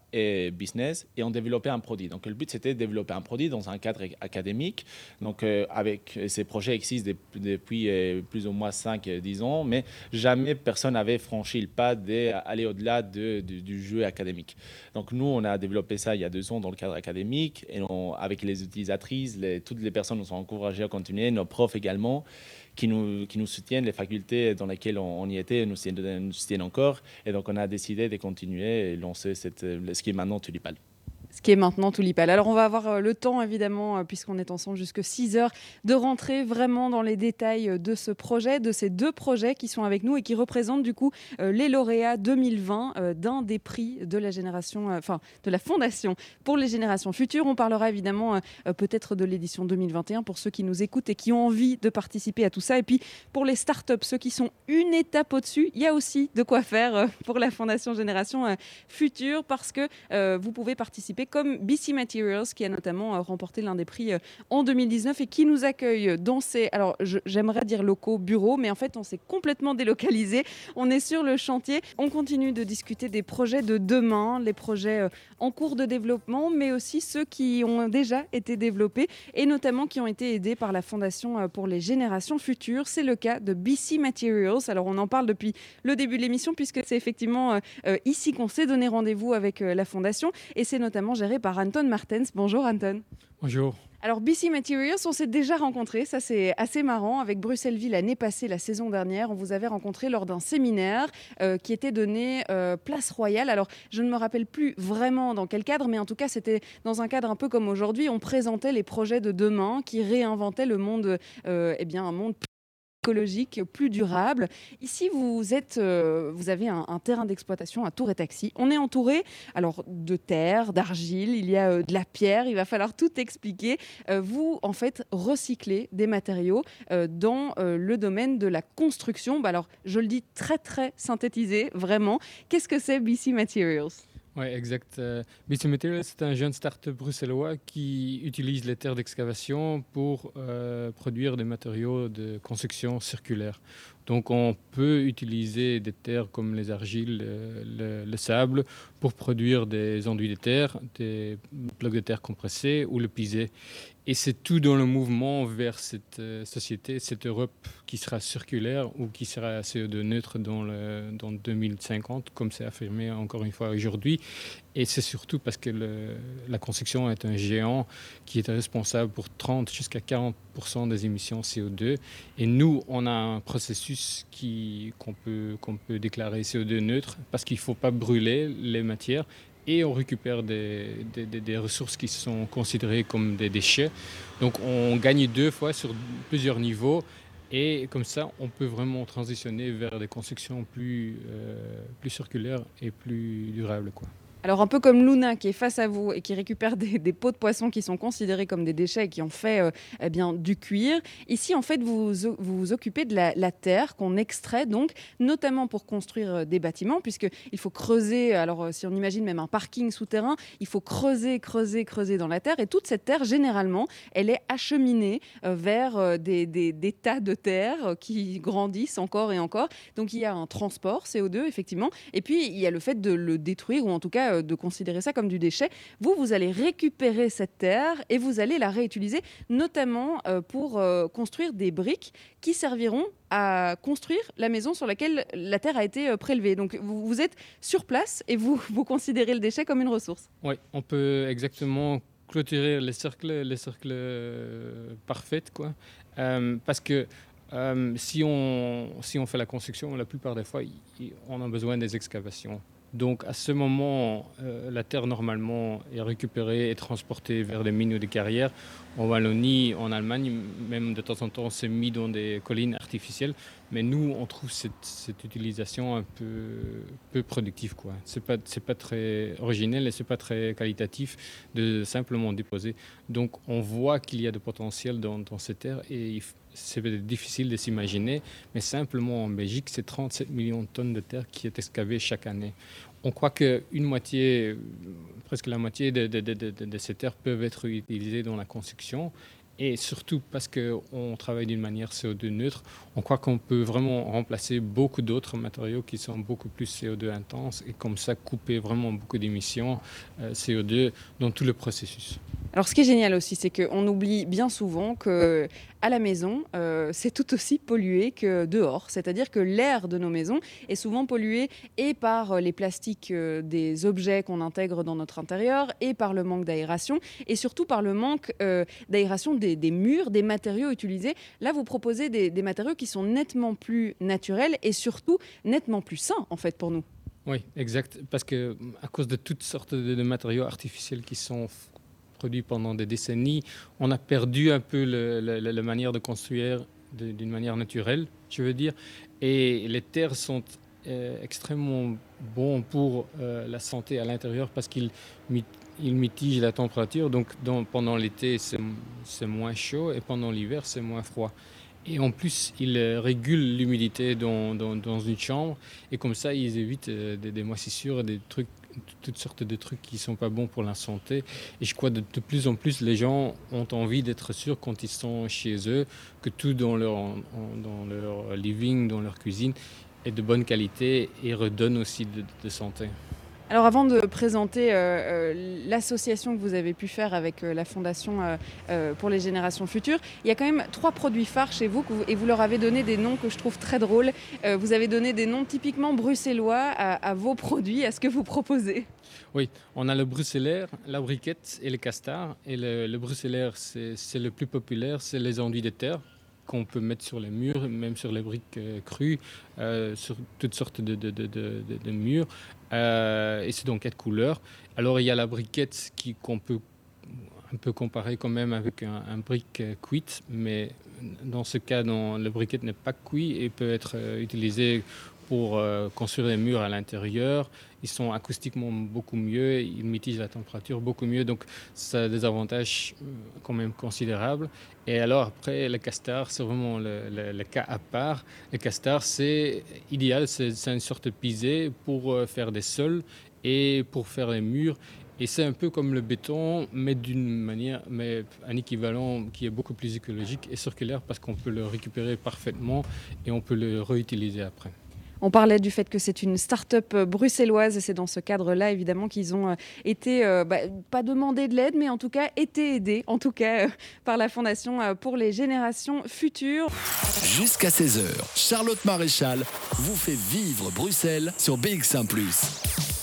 E: et business, et on développait un produit. Donc le but, c'était de développer un produit dans un cadre académique. Donc avec ces projets existent depuis plus ou moins 5-10 ans, mais jamais personne n'avait franchi le pas d'aller au-delà du jeu académique. Donc nous, on a développé ça il y a 2 ans dans le cadre académique, et avec les utilisatrices, toutes les personnes nous sont encouragées à continuer, nos profs également, qui nous soutiennent, les facultés dans lesquelles on y était nous soutiennent encore. Et donc, on a décidé de continuer et lancer ce qui est maintenant Tulipal.
A: Ce qui est maintenant Tulipal. Alors, on va avoir le temps, évidemment, puisqu'on est ensemble jusqu'à 6 heures, de rentrer vraiment dans les détails de ce projet, de ces 2 projets qui sont avec nous et qui représentent du coup les lauréats 2020 d'un des prix de la génération, de la Fondation pour les générations futures. On parlera évidemment peut-être de l'édition 2021 pour ceux qui nous écoutent et qui ont envie de participer à tout ça. Et puis, pour les startups, ceux qui sont une étape au-dessus, il y a aussi de quoi faire pour la Fondation Génération Future parce que vous pouvez participer comme BC Materials qui a notamment remporté l'un des prix en 2019 et qui nous accueille dans ses, alors j'aimerais dire locaux, bureaux, mais en fait on s'est complètement délocalisé. On est sur le chantier. On continue de discuter des projets de demain, les projets en cours de développement, mais aussi ceux qui ont déjà été développés et notamment qui ont été aidés par la Fondation pour les générations futures. C'est le cas de BC Materials. Alors on en parle depuis le début de l'émission puisque c'est effectivement ici qu'on s'est donné rendez-vous avec la Fondation et c'est notamment géré par Anton Martens. Bonjour Anton.
F: Bonjour.
A: Alors BC Materials, on s'est déjà rencontrés, ça c'est assez marrant, avec Bruxelles-Ville l'année passée, la saison dernière. On vous avait rencontré lors d'un séminaire qui était donné Place Royale. Alors je ne me rappelle plus vraiment dans quel cadre, mais en tout cas c'était dans un cadre un peu comme aujourd'hui. On présentait les projets de demain qui réinventaient le monde, un monde écologique, plus durable. Ici, vous avez un terrain d'exploitation à Tour et Taxis. On est entouré alors, de terre, d'argile, il y a de la pierre, il va falloir tout expliquer. Vous, en fait, recyclez des matériaux dans le domaine de la construction. Alors, je le dis très, très synthétisé, vraiment. Qu'est-ce que c'est BC Materials ?
F: Oui, exact. BC Materials, c'est un jeune start-up bruxellois qui utilise les terres d'excavation pour produire des matériaux de construction circulaire. Donc, on peut utiliser des terres comme les argiles, le sable, pour produire des enduits de terre, des blocs de terre compressés ou le pisé. Et c'est tout dans le mouvement vers cette société, cette Europe qui sera circulaire ou qui sera CO2 neutre dans 2050, comme c'est affirmé encore une fois aujourd'hui. Et c'est surtout parce que la construction est un géant qui est responsable pour 30 jusqu'à 40% des émissions CO2. Et nous, on a un processus qu'on peut déclarer CO2 neutre parce qu'il ne faut pas brûler les matières. Et on récupère des ressources qui sont considérées comme des déchets. Donc on gagne 2 fois sur plusieurs niveaux et comme ça on peut vraiment transitionner vers des constructions plus circulaires et plus durables, quoi.
A: Alors un peu comme Luna qui est face à vous et qui récupère des peaux de poisson qui sont considérés comme des déchets et qui ont fait du cuir. Ici en fait vous vous occupez de la terre qu'on extrait donc notamment pour construire des bâtiments puisqu'il faut creuser, alors si on imagine même un parking souterrain, il faut creuser dans la terre et toute cette terre généralement elle est acheminée vers des tas de terre qui grandissent encore et encore. Donc il y a un transport CO2 effectivement et puis il y a le fait de le détruire ou en tout cas de considérer ça comme du déchet. Vous allez récupérer cette terre et vous allez la réutiliser, notamment pour construire des briques qui serviront à construire la maison sur laquelle la terre a été prélevée. Donc vous êtes sur place et vous considérez le déchet comme une ressource.
F: Oui, on peut exactement clôturer les cercles parfaits, quoi. Parce que si on fait la construction, la plupart des fois, on a besoin des excavations. Donc à ce moment, la terre normalement est récupérée et transportée vers des mines ou des carrières. En Wallonie, en Allemagne, même de temps en temps, c'est mis dans des collines artificielles. Mais nous, on trouve cette utilisation un peu productive, quoi. C'est pas très originel et c'est pas très qualitatif de simplement déposer. Donc on voit qu'il y a de potentiel dans ces terres et c'est difficile de s'imaginer, mais simplement en Belgique, c'est 37 millions de tonnes de terre qui est excavée chaque année. On croit qu'une moitié, presque la moitié de ces terres peuvent être utilisées dans la construction Et surtout parce qu'on travaille d'une manière CO2 neutre, on croit qu'on peut vraiment remplacer beaucoup d'autres matériaux qui sont beaucoup plus CO2 intenses et comme ça couper vraiment beaucoup d'émissions CO2 dans tout le processus.
A: Alors, ce qui est génial aussi, c'est qu'on oublie bien souvent que à la maison, c'est tout aussi pollué que dehors. C'est-à-dire que l'air de nos maisons est souvent pollué et par les plastiques des objets qu'on intègre dans notre intérieur et par le manque d'aération et surtout par le manque d'aération des murs, des matériaux utilisés. Là, vous proposez des matériaux qui sont nettement plus naturels et surtout nettement plus sains, en fait, pour nous.
F: Oui, exact. Parce que à cause de toutes sortes de matériaux artificiels qui sont produits pendant des décennies, on a perdu un peu la manière de construire d'une manière naturelle, je veux dire. Et les terres sont extrêmement bons pour la santé à l'intérieur parce qu'ils mitigent la température. Donc pendant l'été, c'est moins chaud et pendant l'hiver, c'est moins froid. Et en plus, ils régulent l'humidité dans une chambre. Et comme ça, ils évitent des moisissures, toutes sortes de trucs qui ne sont pas bons pour la santé. Et je crois que de plus en plus, les gens ont envie d'être sûrs quand ils sont chez eux que tout dans leur living, dans leur cuisine, est de bonne qualité et redonne aussi de santé.
A: Alors avant de présenter l'association que vous avez pu faire avec la Fondation pour les générations futures, il y a quand même 3 produits phares chez vous et vous leur avez donné des noms que je trouve très drôles. Vous avez donné des noms typiquement bruxellois à vos produits, à ce que vous proposez.
F: Oui, on a le bruxellaire, la briquette et le castar. Et le bruxellaire, c'est le plus populaire, c'est les enduits de terre qu'on peut mettre sur les murs, même sur les briques crues, sur toutes sortes de murs. Et c'est donc 4 couleurs. Alors il y a la briquette qu'on peut un peu comparer quand même avec un brique cuite, mais dans ce cas, le briquette n'est pas cuit et peut être utilisé pour construire les murs à l'intérieur. Ils sont acoustiquement beaucoup mieux, ils mitigent la température beaucoup mieux, donc ça a des avantages quand même considérables. Et alors après, le castar, c'est vraiment le cas à part. Le castar, c'est idéal, c'est une sorte de pisé pour faire des sols et pour faire les murs. Et c'est un peu comme le béton, mais mais un équivalent qui est beaucoup plus écologique et circulaire parce qu'on peut le récupérer parfaitement et on peut le réutiliser après.
A: On parlait du fait que c'est une start-up bruxelloise et c'est dans ce cadre-là, évidemment, qu'ils ont été, pas demandé de l'aide, mais en tout cas été aidés, par la Fondation pour les générations futures.
B: Jusqu'à 16h, Charlotte Maréchal vous fait vivre Bruxelles sur BX1 ⁇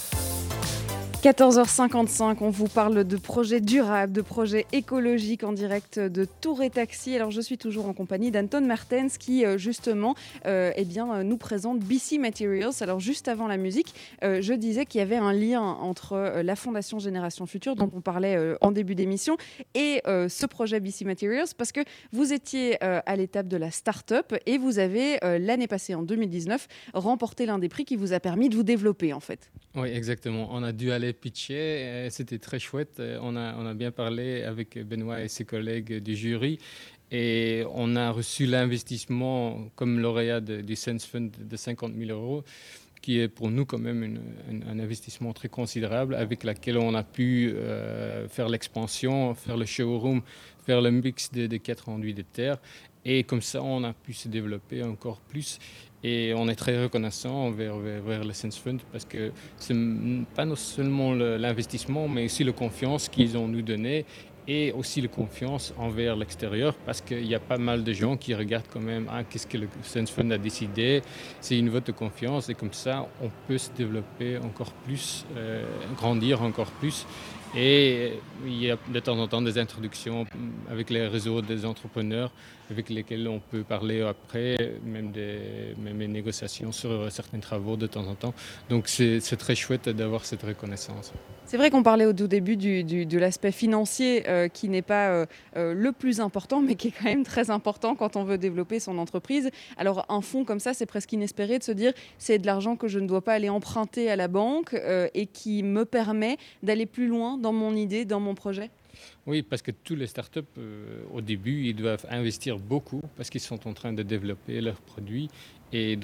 A: 14h55, on vous parle de projets durables, de projets écologiques en direct de Tour et Taxi. Alors je suis toujours en compagnie d'Anton Martens qui justement nous présente BC Materials. Alors juste avant la musique, je disais qu'il y avait un lien entre la Fondation Génération Future dont on parlait en début d'émission et ce projet BC Materials parce que vous étiez à l'étape de la start-up et vous avez l'année passée en 2019 remporté l'un des prix qui vous a permis de vous développer en fait.
F: Oui, exactement. On a dû aller pitcher. C'était très chouette. On a bien parlé avec Benoît et ses collègues du jury. Et on a reçu l'investissement comme lauréat du Sense Fund de 50 000 €, qui est pour nous quand même un investissement très considérable avec lequel on a pu faire l'expansion, faire le showroom, faire le mix des 4 enduits de terre. Et comme ça, on a pu se développer encore plus. Et on est très reconnaissant vers le Sense Fund parce que c'est pas non seulement l'investissement, mais aussi la confiance qu'ils ont nous donnée et aussi la confiance envers l'extérieur parce qu'il y a pas mal de gens qui regardent quand même qu'est-ce que le Sense Fund a décidé. C'est une vote de confiance et comme ça, on peut se développer encore plus, grandir encore plus. Et il y a de temps en temps des introductions avec les réseaux des entrepreneurs avec lesquels on peut parler après, même des négociations sur certains travaux de temps en temps. Donc c'est très chouette d'avoir cette reconnaissance.
A: C'est vrai qu'on parlait au tout début de l'aspect financier qui n'est pas le plus important, mais qui est quand même très important quand on veut développer son entreprise. Alors un fonds comme ça, c'est presque inespéré de se dire c'est de l'argent que je ne dois pas aller emprunter à la banque et qui me permet d'aller plus loin dans mon idée, dans mon projet.
F: Oui, parce que tous les startups, au début, ils doivent investir beaucoup parce qu'ils sont en train de développer leurs produits. Et donc,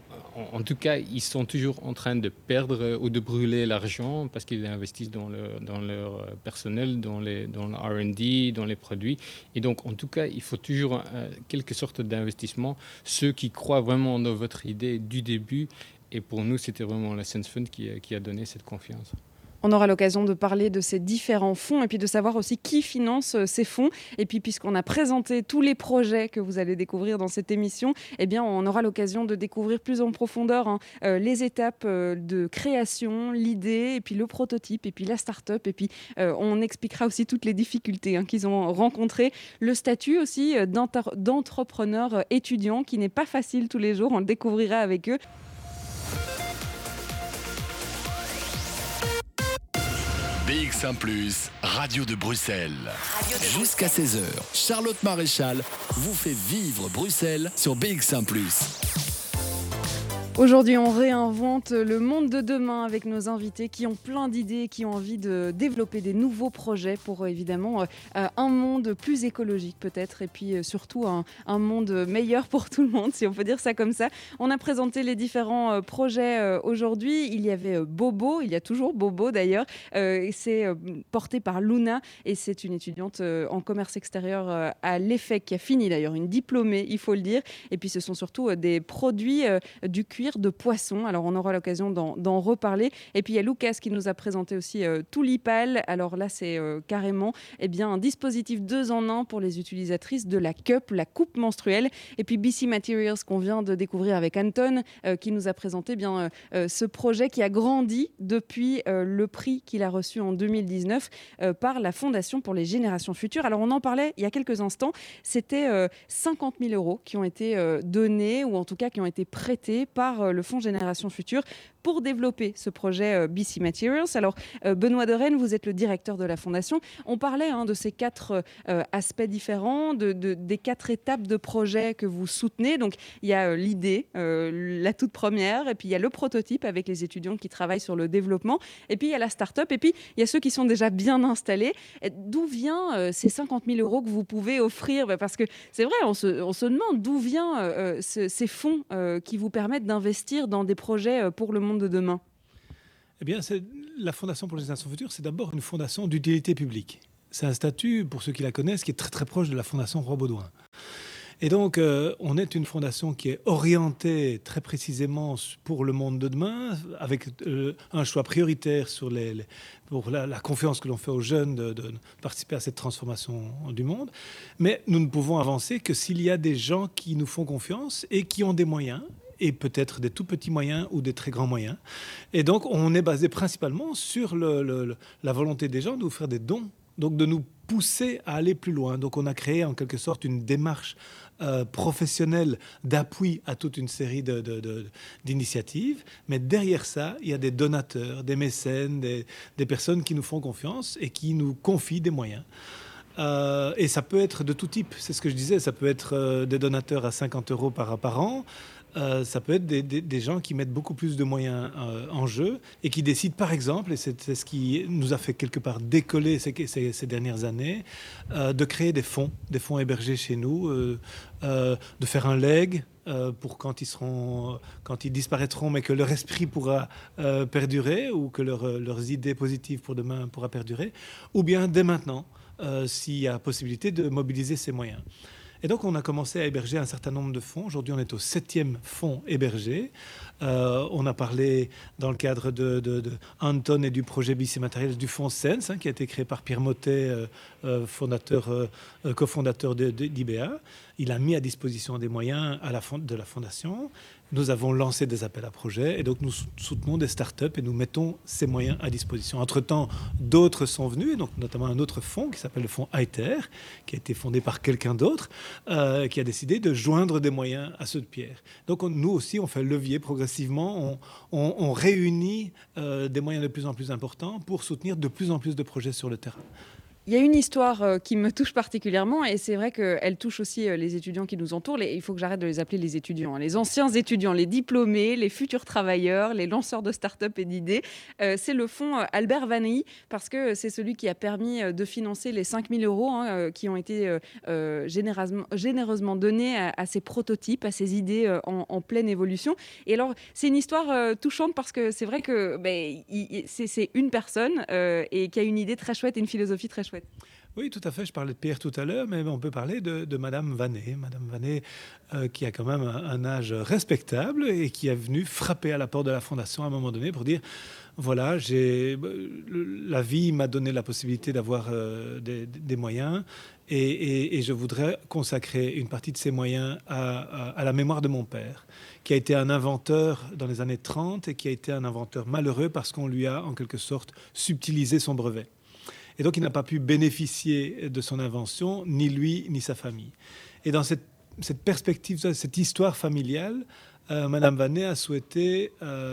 F: en tout cas, ils sont toujours en train de perdre ou de brûler l'argent parce qu'ils investissent dans leur personnel, dans le R&D, dans les produits. Et donc, en tout cas, il faut toujours quelque sorte d'investissement. Ceux qui croient vraiment dans votre idée du début, et pour nous, c'était vraiment la Sense Fund qui a donné cette confiance.
A: On aura l'occasion de parler de ces différents fonds et puis de savoir aussi qui finance ces fonds. Et puis, puisqu'on a présenté tous les projets que vous allez découvrir dans cette émission, eh bien, on aura l'occasion de découvrir plus en profondeur les étapes de création, l'idée, et puis le prototype, et puis la start-up. Et puis, on expliquera aussi toutes les difficultés qu'ils ont rencontrées. Le statut aussi d'entrepreneur étudiant qui n'est pas facile tous les jours. On le découvrira avec eux.
B: BX1+, Radio de Bruxelles. Jusqu'à 16h, Charlotte Maréchal vous fait vivre Bruxelles sur BX1+.
A: Aujourd'hui, on réinvente le monde de demain avec nos invités qui ont plein d'idées, qui ont envie de développer des nouveaux projets pour évidemment un monde plus écologique peut-être et puis surtout un monde meilleur pour tout le monde, si on peut dire ça comme ça. On a présenté les différents projets aujourd'hui. Il y avait Bobo, il y a toujours Bobo d'ailleurs. C'est porté par Luna et c'est une étudiante en commerce extérieur à l'EFEC qui a fini d'ailleurs, une diplômée, il faut le dire. Et puis ce sont surtout des produits du cuir de poisson. Alors, on aura l'occasion d'en reparler. Et puis, il y a Lucas qui nous a présenté aussi Tulipal. Alors là, c'est carrément un dispositif 2 en 1 pour les utilisatrices de la cup, la coupe menstruelle. Et puis, BC Materials qu'on vient de découvrir avec Anton qui nous a présenté ce projet qui a grandi depuis le prix qu'il a reçu en 2019 par la Fondation pour les générations futures. Alors, on en parlait il y a quelques instants. C'était 50 000 € qui ont été donnés ou en tout cas qui ont été prêtés par le Fonds Génération Future pour développer ce projet BC Materials. Alors, Benoît de Rennes, vous êtes le directeur de la Fondation. On parlait de ces 4 aspects différents, des 4 étapes de projet que vous soutenez. Donc, il y a l'idée, la toute première, et puis il y a le prototype avec les étudiants qui travaillent sur le développement, et puis il y a la start-up, et puis il y a ceux qui sont déjà bien installés. D'où vient ces 50 000 € que vous pouvez offrir ? Parce que c'est vrai, on se demande d'où viennent ces fonds qui vous permettent d'investir dans des projets pour le monde de demain.
D: Eh bien, la Fondation pour les générations futures, c'est d'abord une fondation d'utilité publique. C'est un statut, pour ceux qui la connaissent, qui est très très proche de la Fondation Roi-Baudouin. Et donc, on est une fondation qui est orientée très précisément pour le monde de demain, avec un choix prioritaire pour la confiance que l'on fait aux jeunes de participer à cette transformation du monde. Mais nous ne pouvons avancer que s'il y a des gens qui nous font confiance et qui ont des moyens, et peut-être des tout petits moyens ou des très grands moyens. Et donc, on est basé principalement sur la volonté des gens de nous faire des dons, donc de nous pousser à aller plus loin. Donc, on a créé en quelque sorte une démarche professionnelle d'appui à toute une série d'initiatives. Mais derrière ça, il y a des donateurs, des mécènes, des personnes qui nous font confiance et qui nous confient des moyens. Et ça peut être de tout type, c'est ce que je disais, ça peut être des donateurs à 50 € par an, ça peut être des gens qui mettent beaucoup plus de moyens en jeu et qui décident par exemple, et c'est ce qui nous a fait quelque part décoller ces dernières années, de créer des fonds hébergés chez nous, de faire un leg pour quand ils disparaîtront, mais que leur esprit pourra perdurer ou que leurs idées positives pour demain pourra perdurer, ou bien dès maintenant, s'il y a possibilité de mobiliser ces moyens. Et donc, on a commencé à héberger un certain nombre de fonds. Aujourd'hui, on est au 7e fonds hébergé. On a parlé, dans le cadre de Anton et du projet BC Materials, du fonds Sense, qui a été créé par Pierre Mottet, cofondateur d'IBA. Il a mis à disposition des moyens de la fondation. Nous avons lancé des appels à projets et donc nous soutenons des startups et nous mettons ces moyens à disposition. Entre-temps, d'autres sont venus, donc notamment un autre fonds qui s'appelle le fonds ITER, qui a été fondé par quelqu'un d'autre, qui a décidé de joindre des moyens à ceux de Pierre. Donc nous aussi, on fait levier progressivement, on réunit des moyens de plus en plus importants pour soutenir de plus en plus de projets sur le terrain.
A: Il y a une histoire qui me touche particulièrement et c'est vrai qu'elle touche aussi les étudiants qui nous entourent. Il faut que j'arrête de les appeler les étudiants, hein. Les anciens étudiants, les diplômés, les futurs travailleurs, les lanceurs de start-up et d'idées. C'est le fonds Albert Vanny parce que c'est celui qui a permis de financer les 5 000 euros qui ont été généreusement donnés à ces prototypes, à ces idées en pleine évolution. Et alors, c'est une histoire touchante parce que c'est vrai que c'est une personne et qui a une idée très chouette et une philosophie très chouette.
D: Oui, tout à fait. Je parlais de Pierre tout à l'heure, mais on peut parler de Madame Vanet. Madame Vanet, qui a quand même un âge respectable et qui est venue frapper à la porte de la Fondation à un moment donné pour dire, voilà, la vie m'a donné la possibilité d'avoir des moyens et je voudrais consacrer une partie de ces moyens à la mémoire de mon père, qui a été un inventeur dans les années 30 et qui a été un inventeur malheureux parce qu'on lui a en quelque sorte subtilisé son brevet. Et donc, il n'a pas pu bénéficier de son invention, ni lui, ni sa famille. Et dans cette perspective, cette histoire familiale, Madame Vanet a souhaité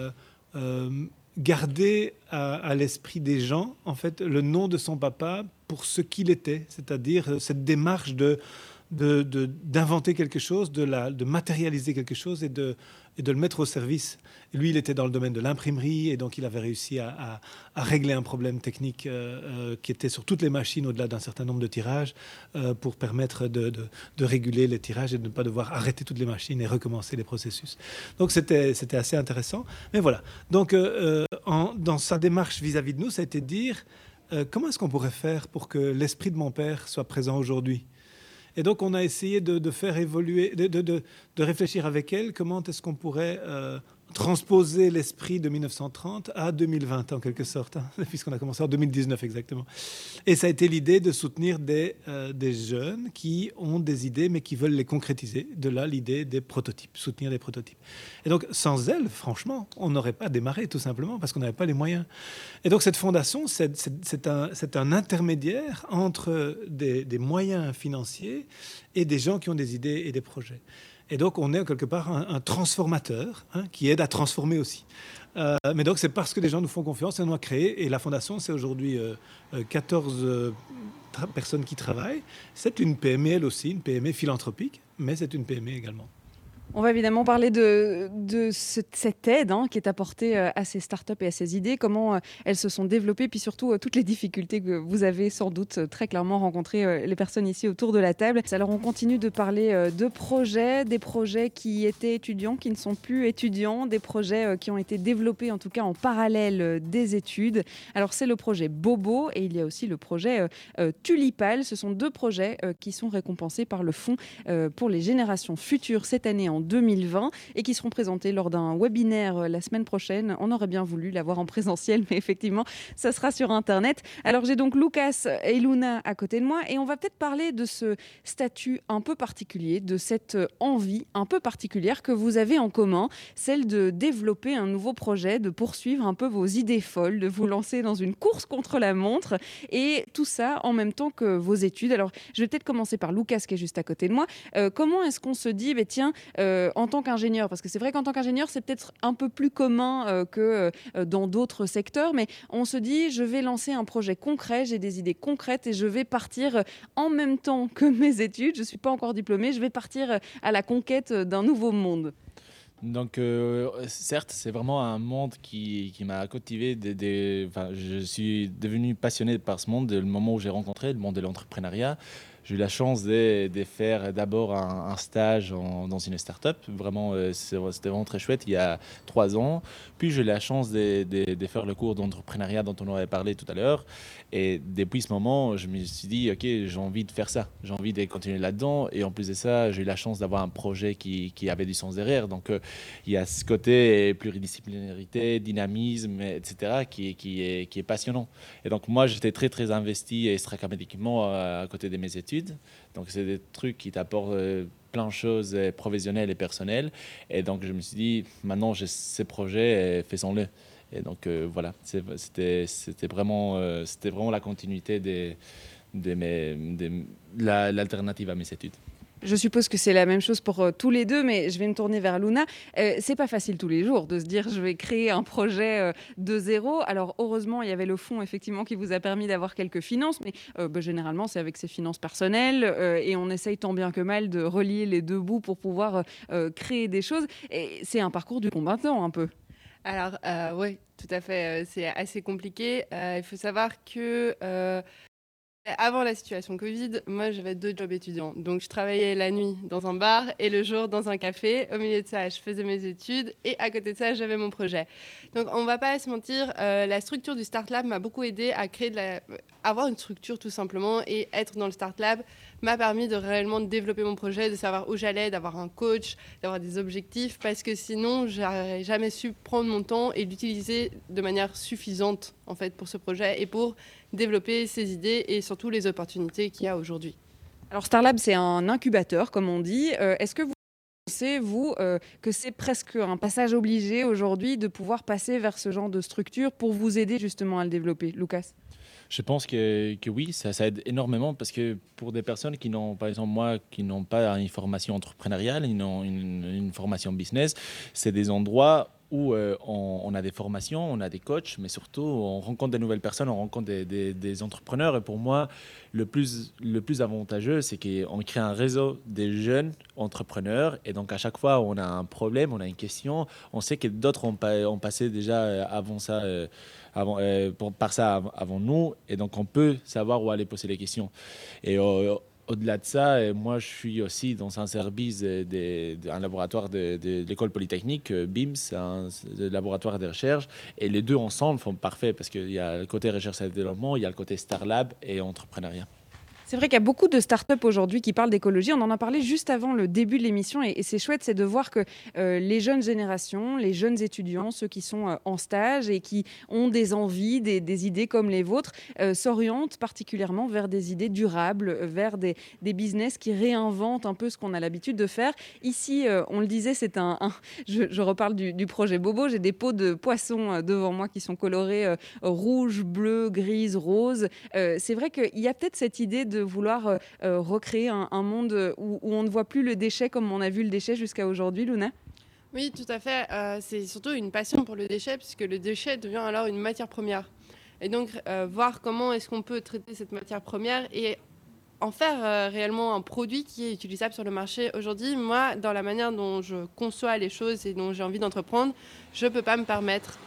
D: garder à l'esprit des gens, en fait, le nom de son papa pour ce qu'il était, c'est-à-dire cette démarche d'inventer quelque chose, de matérialiser quelque chose et de le mettre au service. Et lui, il était dans le domaine de l'imprimerie et donc il avait réussi à régler un problème technique qui était sur toutes les machines au-delà d'un certain nombre de tirages pour permettre de réguler les tirages et de ne pas devoir arrêter toutes les machines et recommencer les processus. Donc c'était assez intéressant. Mais voilà. Donc dans sa démarche vis-à-vis de nous, ça a été de dire comment est-ce qu'on pourrait faire pour que l'esprit de mon père soit présent aujourd'hui ? Et donc, on a essayé de faire évoluer, de réfléchir avec elle comment est-ce qu'on pourrait transposer l'esprit de 1930 à 2020, en quelque sorte, hein, puisqu'on a commencé en 2019 exactement. Et ça a été l'idée de soutenir des jeunes qui ont des idées, mais qui veulent les concrétiser. De là, l'idée des prototypes, soutenir des prototypes. Et donc, sans elle, franchement, on n'aurait pas démarré, tout simplement, parce qu'on n'avait pas les moyens. Et donc, cette fondation, c'est un intermédiaire entre des moyens financiers et des gens qui ont des idées et des projets. Et donc, on est quelque part un transformateur qui aide à transformer aussi. Mais donc, c'est parce que les gens nous font confiance et on a créé. Et la Fondation, c'est aujourd'hui 14 personnes qui travaillent. C'est une PME, elle aussi, une PME philanthropique, mais c'est une PME également.
A: On va évidemment parler de cette aide qui est apportée à ces startups et à ces idées, comment elles se sont développées, puis surtout toutes les difficultés que vous avez sans doute très clairement rencontrées les personnes ici autour de la table. Alors on continue de parler de projets, des projets qui étaient étudiants, qui ne sont plus étudiants, des projets qui ont été développés en tout cas en parallèle des études. Alors c'est le projet Bobo et il y a aussi le projet Tulipal. Ce sont deux projets qui sont récompensés par le Fonds pour les générations futures cette année en 2020 et qui seront présentés lors d'un webinaire la semaine prochaine. On aurait bien voulu l'avoir en présentiel, mais effectivement, ça sera sur Internet. Alors, j'ai donc Lucas et Luna à côté de moi et on va peut-être parler de ce statut un peu particulier, de cette envie un peu particulière que vous avez en commun, celle de développer un nouveau projet, de poursuivre un peu vos idées folles, de vous lancer dans une course contre la montre et tout ça en même temps que vos études. Alors, je vais peut-être commencer par Lucas qui est juste à côté de moi. Comment est-ce qu'on se dit, tiens, en tant qu'ingénieur, parce que c'est vrai qu'en tant qu'ingénieur, c'est peut-être un peu plus commun que dans d'autres secteurs, mais on se dit, je vais lancer un projet concret, j'ai des idées concrètes et je vais partir en même temps que mes études. Je ne suis pas encore diplômée, je vais partir à la conquête d'un nouveau monde.
E: Donc, certes, c'est vraiment un monde qui m'a captivé. Je suis devenu passionné par ce monde dès le moment où j'ai rencontré le monde de l'entrepreneuriat. J'ai eu la chance de faire d'abord un stage dans une start-up. Vraiment, c'était vraiment très chouette il y a 3 ans. Puis j'ai eu la chance de faire le cours d'entrepreneuriat dont on avait parlé tout à l'heure. Et depuis ce moment, je me suis dit, OK, j'ai envie de faire ça. J'ai envie de continuer là-dedans. Et en plus de ça, j'ai eu la chance d'avoir un projet qui avait du sens derrière. Donc, il y a ce côté pluridisciplinarité, dynamisme, etc., qui est passionnant. Et donc, moi, j'étais très, très investi extra-académiquement à côté de mes études. Donc, c'est des trucs qui t'apportent plein de choses professionnelles et personnelles. Et donc, je me suis dit, maintenant, j'ai ces projets, faisons-le. Et donc, voilà, c'était vraiment la continuité de l'alternative à mes études.
A: Je suppose que c'est la même chose pour tous les deux, mais je vais me tourner vers Luna. C'est pas facile tous les jours de se dire je vais créer un projet de zéro. Alors heureusement, il y avait le fonds effectivement qui vous a permis d'avoir quelques finances, mais généralement c'est avec ses finances personnelles et on essaye tant bien que mal de relier les deux bouts pour pouvoir créer des choses. Et c'est un parcours du combattant un peu.
C: Alors, oui, tout à fait. C'est assez compliqué. Il faut savoir que avant la situation Covid, moi, j'avais 2 jobs étudiants. Donc, je travaillais la nuit dans un bar et le jour dans un café. Au milieu de ça, je faisais mes études et à côté de ça, j'avais mon projet. Donc, on ne va pas se mentir, la structure du Start Lab m'a beaucoup aidé à avoir une structure tout simplement, et être dans le Start Lab m'a permis de réellement développer mon projet, de savoir où j'allais, d'avoir un coach, d'avoir des objectifs, parce que sinon, j'aurais jamais su prendre mon temps et l'utiliser de manière suffisante en fait pour ce projet et pour développer ses idées et surtout les opportunités qu'il y a aujourd'hui.
A: Alors Starlab, c'est un incubateur, comme on dit. Est-ce que vous pensez, vous, que c'est presque un passage obligé aujourd'hui de pouvoir passer vers ce genre de structure pour vous aider justement à le développer, Lucas?
E: Je pense que oui, ça aide énormément parce que pour des personnes qui n'ont, par exemple moi, qui n'ont pas une formation entrepreneuriale, ils n'ont une formation business, c'est des endroits où on a des formations, on a des coachs, mais surtout on rencontre de nouvelles personnes, on rencontre des entrepreneurs. Et pour moi, le plus avantageux, c'est qu'on crée un réseau des jeunes entrepreneurs. Et donc à chaque fois où on a un problème, on a une question, on sait que d'autres ont passé déjà avant ça. Par ça avant nous, et donc on peut savoir où aller poser les questions. Et au-delà de ça, moi je suis aussi dans un service d'un laboratoire de l'école polytechnique, BIMS, un laboratoire de recherche, et les deux ensemble font parfait parce qu'il y a le côté recherche et développement, il y a le côté Starlab et entrepreneuriat.
A: C'est vrai qu'il y a beaucoup de startups aujourd'hui qui parlent d'écologie. On en a parlé juste avant le début de l'émission et c'est chouette, c'est de voir que les jeunes générations, les jeunes étudiants, ceux qui sont en stage et qui ont des envies, des idées comme les vôtres, s'orientent particulièrement vers des idées durables, vers des business qui réinventent un peu ce qu'on a l'habitude de faire. Ici, on le disait, c'est je reparle du projet Bobo. J'ai des pots de poissons devant moi qui sont colorés rouge, bleu, grise, rose. C'est vrai qu'il y a peut-être cette idée de vouloir recréer un monde où on ne voit plus le déchet comme on a vu le déchet jusqu'à aujourd'hui, Luna?
C: Oui, tout à fait. C'est surtout une passion pour le déchet, puisque le déchet devient alors une matière première. Et donc, voir comment est-ce qu'on peut traiter cette matière première et en faire réellement un produit qui est utilisable sur le marché. Aujourd'hui, moi, dans la manière dont je conçois les choses et dont j'ai envie d'entreprendre, je ne peux pas me permettre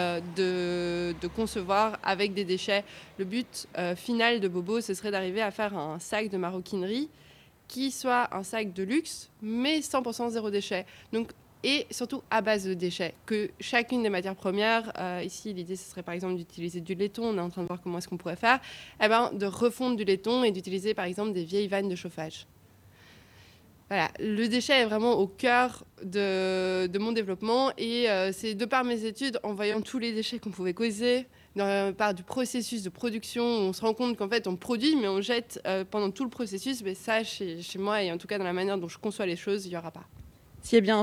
C: de concevoir avec des déchets. Le but final de Bobo, ce serait d'arriver à faire un sac de maroquinerie qui soit un sac de luxe, mais 100% zéro déchet. Donc, et surtout à base de déchets, que chacune des matières premières, ici l'idée ce serait par exemple d'utiliser du laiton, on est en train de voir comment est-ce qu'on pourrait faire, de refondre du laiton et d'utiliser par exemple des vieilles vannes de chauffage. Voilà, le déchet est vraiment au cœur de mon développement et c'est de par mes études, en voyant tous les déchets qu'on pouvait causer, par du processus de production, on se rend compte qu'en fait on produit mais on jette pendant tout le processus, mais ça chez moi et en tout cas dans la manière dont je conçois les choses, il n'y aura pas.
A: S'il y a bien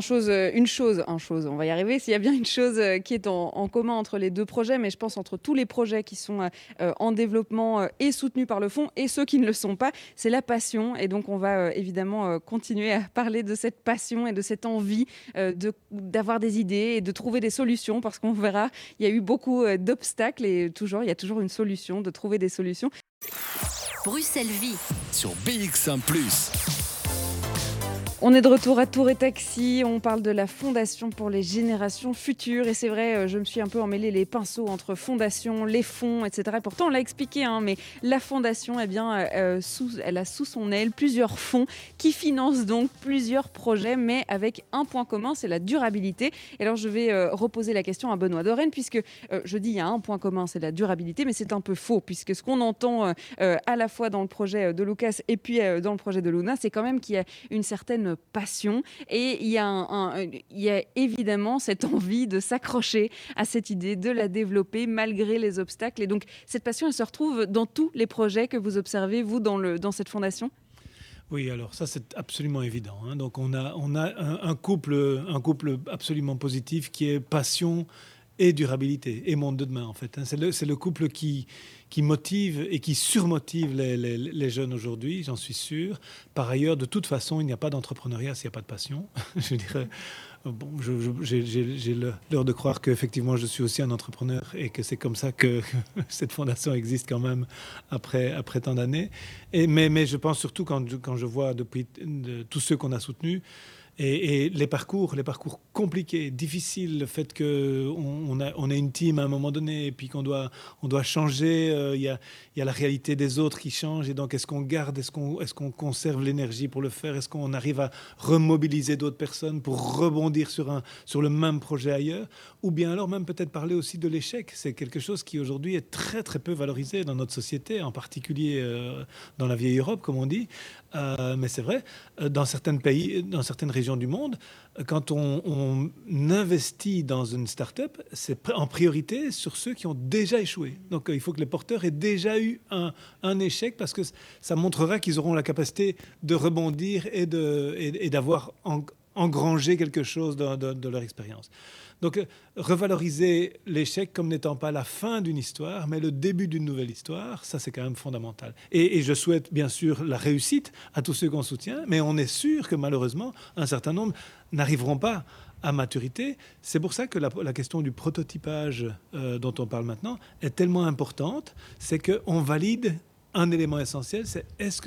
A: on va y arriver, s'il y a bien une chose qui est en commun entre les deux projets, mais je pense entre tous les projets qui sont en développement et soutenus par le fonds et ceux qui ne le sont pas, c'est la passion. Et donc on va évidemment continuer à parler de cette passion et de cette envie d'avoir des idées et de trouver des solutions, parce qu'on verra, il y a eu beaucoup d'obstacles et il y a toujours une solution, de trouver des solutions.
B: Bruxelles Vie sur BX1 +.
A: On est de retour à Tour et Taxi, on parle de la Fondation pour les générations futures et c'est vrai, je me suis un peu emmêlé les pinceaux entre fondation, les fonds, etc. Et pourtant on l'a expliqué, mais la Fondation, elle a sous son aile plusieurs fonds qui financent donc plusieurs projets, mais avec un point commun, c'est la durabilité. Et alors je vais reposer la question à Benoît Dorène, puisque je dis il y a un point commun, c'est la durabilité, mais c'est un peu faux, puisque ce qu'on entend à la fois dans le projet de Lucas et puis dans le projet de Luna, c'est quand même qu'il y a une certaine passion et il y a évidemment cette envie de s'accrocher à cette idée, de la développer malgré les obstacles. Et donc cette passion, elle se retrouve dans tous les projets que vous observez, vous, dans cette fondation?
D: Oui, alors ça c'est absolument évident. Donc on a un couple absolument positif qui est passion et durabilité et monde de demain, en fait. C'est le couple qui motive et qui surmotive les jeunes aujourd'hui, j'en suis sûr. Par ailleurs, de toute façon, il n'y a pas d'entrepreneuriat s'il n'y a pas de passion. Je dirais, bon, j'ai l'heure de croire qu'effectivement, je suis aussi un entrepreneur et que c'est comme ça que cette fondation existe quand même après tant d'années. Mais je pense surtout quand je vois depuis tous ceux qu'on a soutenus, et les parcours compliqués, difficiles, le fait qu'on a une team à un moment donné et puis qu'on doit changer, il y a la réalité des autres qui change, et donc est-ce qu'on garde, est-ce qu'on conserve l'énergie pour le faire, est-ce qu'on arrive à remobiliser d'autres personnes pour rebondir sur le même projet ailleurs, ou bien alors même peut-être parler aussi de l'échec. C'est quelque chose qui aujourd'hui est très très peu valorisé dans notre société, en particulier dans la vieille Europe, comme on dit. Mais c'est vrai, dans certains pays, dans certaines régions du monde, quand on investit dans une start-up, c'est en priorité sur ceux qui ont déjà échoué. Donc il faut que les porteurs aient déjà eu un échec, parce que ça montrera qu'ils auront la capacité de rebondir et d'avoir engrangé quelque chose de leur expérience. Donc, revaloriser l'échec comme n'étant pas la fin d'une histoire, mais le début d'une nouvelle histoire, ça, c'est quand même fondamental. Et je souhaite, bien sûr, la réussite à tous ceux qu'on soutient, mais on est sûr que, malheureusement, un certain nombre n'arriveront pas à maturité. C'est pour ça que la question du prototypage dont on parle maintenant est tellement importante. C'est qu'on valide un élément essentiel, c'est est-ce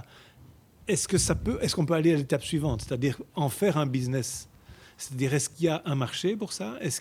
D: qu'on peut aller à l'étape suivante, c'est-à-dire en faire un business. C'est-à-dire, est-ce qu'il y a un marché pour ça ? Est-ce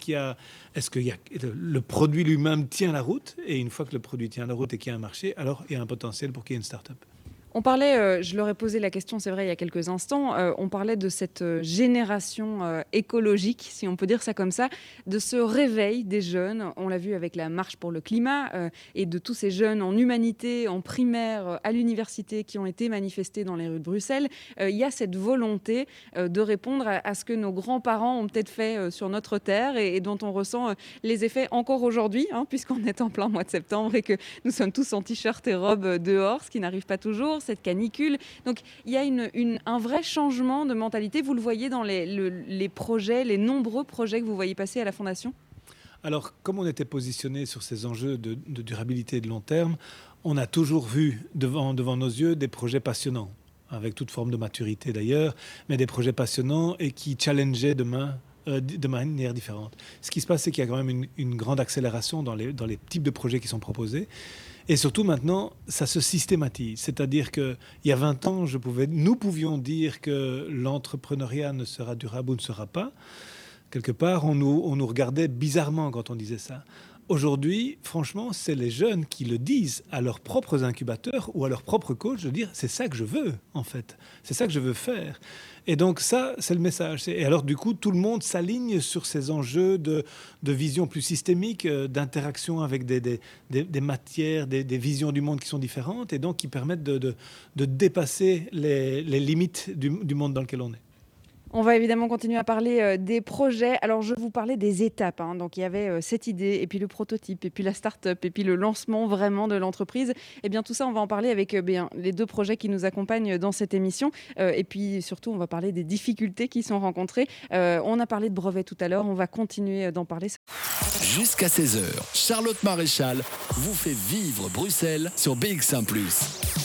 D: que le produit lui-même tient la route ? Et une fois que le produit tient la route et qu'il y a un marché, alors il y a un potentiel pour qu'il y ait une start-up.
A: On parlait, je leur ai posé la question, c'est vrai, il y a quelques instants, on parlait de cette génération écologique, si on peut dire ça comme ça, de ce réveil des jeunes. On l'a vu avec la marche pour le climat et de tous ces jeunes en humanité, en primaire, à l'université, qui ont été manifestés dans les rues de Bruxelles. Il y a cette volonté de répondre à ce que nos grands-parents ont peut-être fait sur notre terre et dont on ressent les effets encore aujourd'hui, puisqu'on est en plein mois de septembre et que nous sommes tous en t-shirt et robe dehors, ce qui n'arrive pas toujours. Cette canicule. Donc, il y a un vrai changement de mentalité. Vous le voyez dans les projets, les nombreux projets que vous voyez passer à la Fondation ?
D: Alors, comme on était positionné sur ces enjeux de durabilité et de long terme, on a toujours vu devant nos yeux des projets passionnants, avec toute forme de maturité d'ailleurs, mais des projets passionnants et qui challengeaient demain de manière différente. Ce qui se passe, c'est qu'il y a quand même une grande accélération dans les types de projets qui sont proposés. Et surtout maintenant, ça se systématise. C'est-à-dire qu'il y a 20 ans, nous pouvions dire que l'entrepreneuriat ne sera durable ou ne sera pas. Quelque part, on nous regardait bizarrement quand on disait ça. Aujourd'hui, franchement, c'est les jeunes qui le disent à leurs propres incubateurs ou à leurs propres coachs, de dire c'est ça que je veux, en fait. C'est ça que je veux faire. Et donc ça, c'est le message. Et alors du coup, tout le monde s'aligne sur ces enjeux de vision plus systémique, d'interaction avec des matières, des visions du monde qui sont différentes et donc qui permettent de dépasser les limites du monde dans lequel on est.
A: On va évidemment continuer à parler des projets. Alors, je vous parlais des étapes. Donc, il y avait cette idée, et puis le prototype, et puis la start-up, et puis le lancement vraiment de l'entreprise. Et bien, tout ça, on va en parler avec les deux projets qui nous accompagnent dans cette émission. Et puis, surtout, on va parler des difficultés qui sont rencontrées. On a parlé de brevets tout à l'heure. On va continuer d'en parler.
B: Jusqu'à 16h, Charlotte Maréchal vous fait vivre Bruxelles sur BX1 +.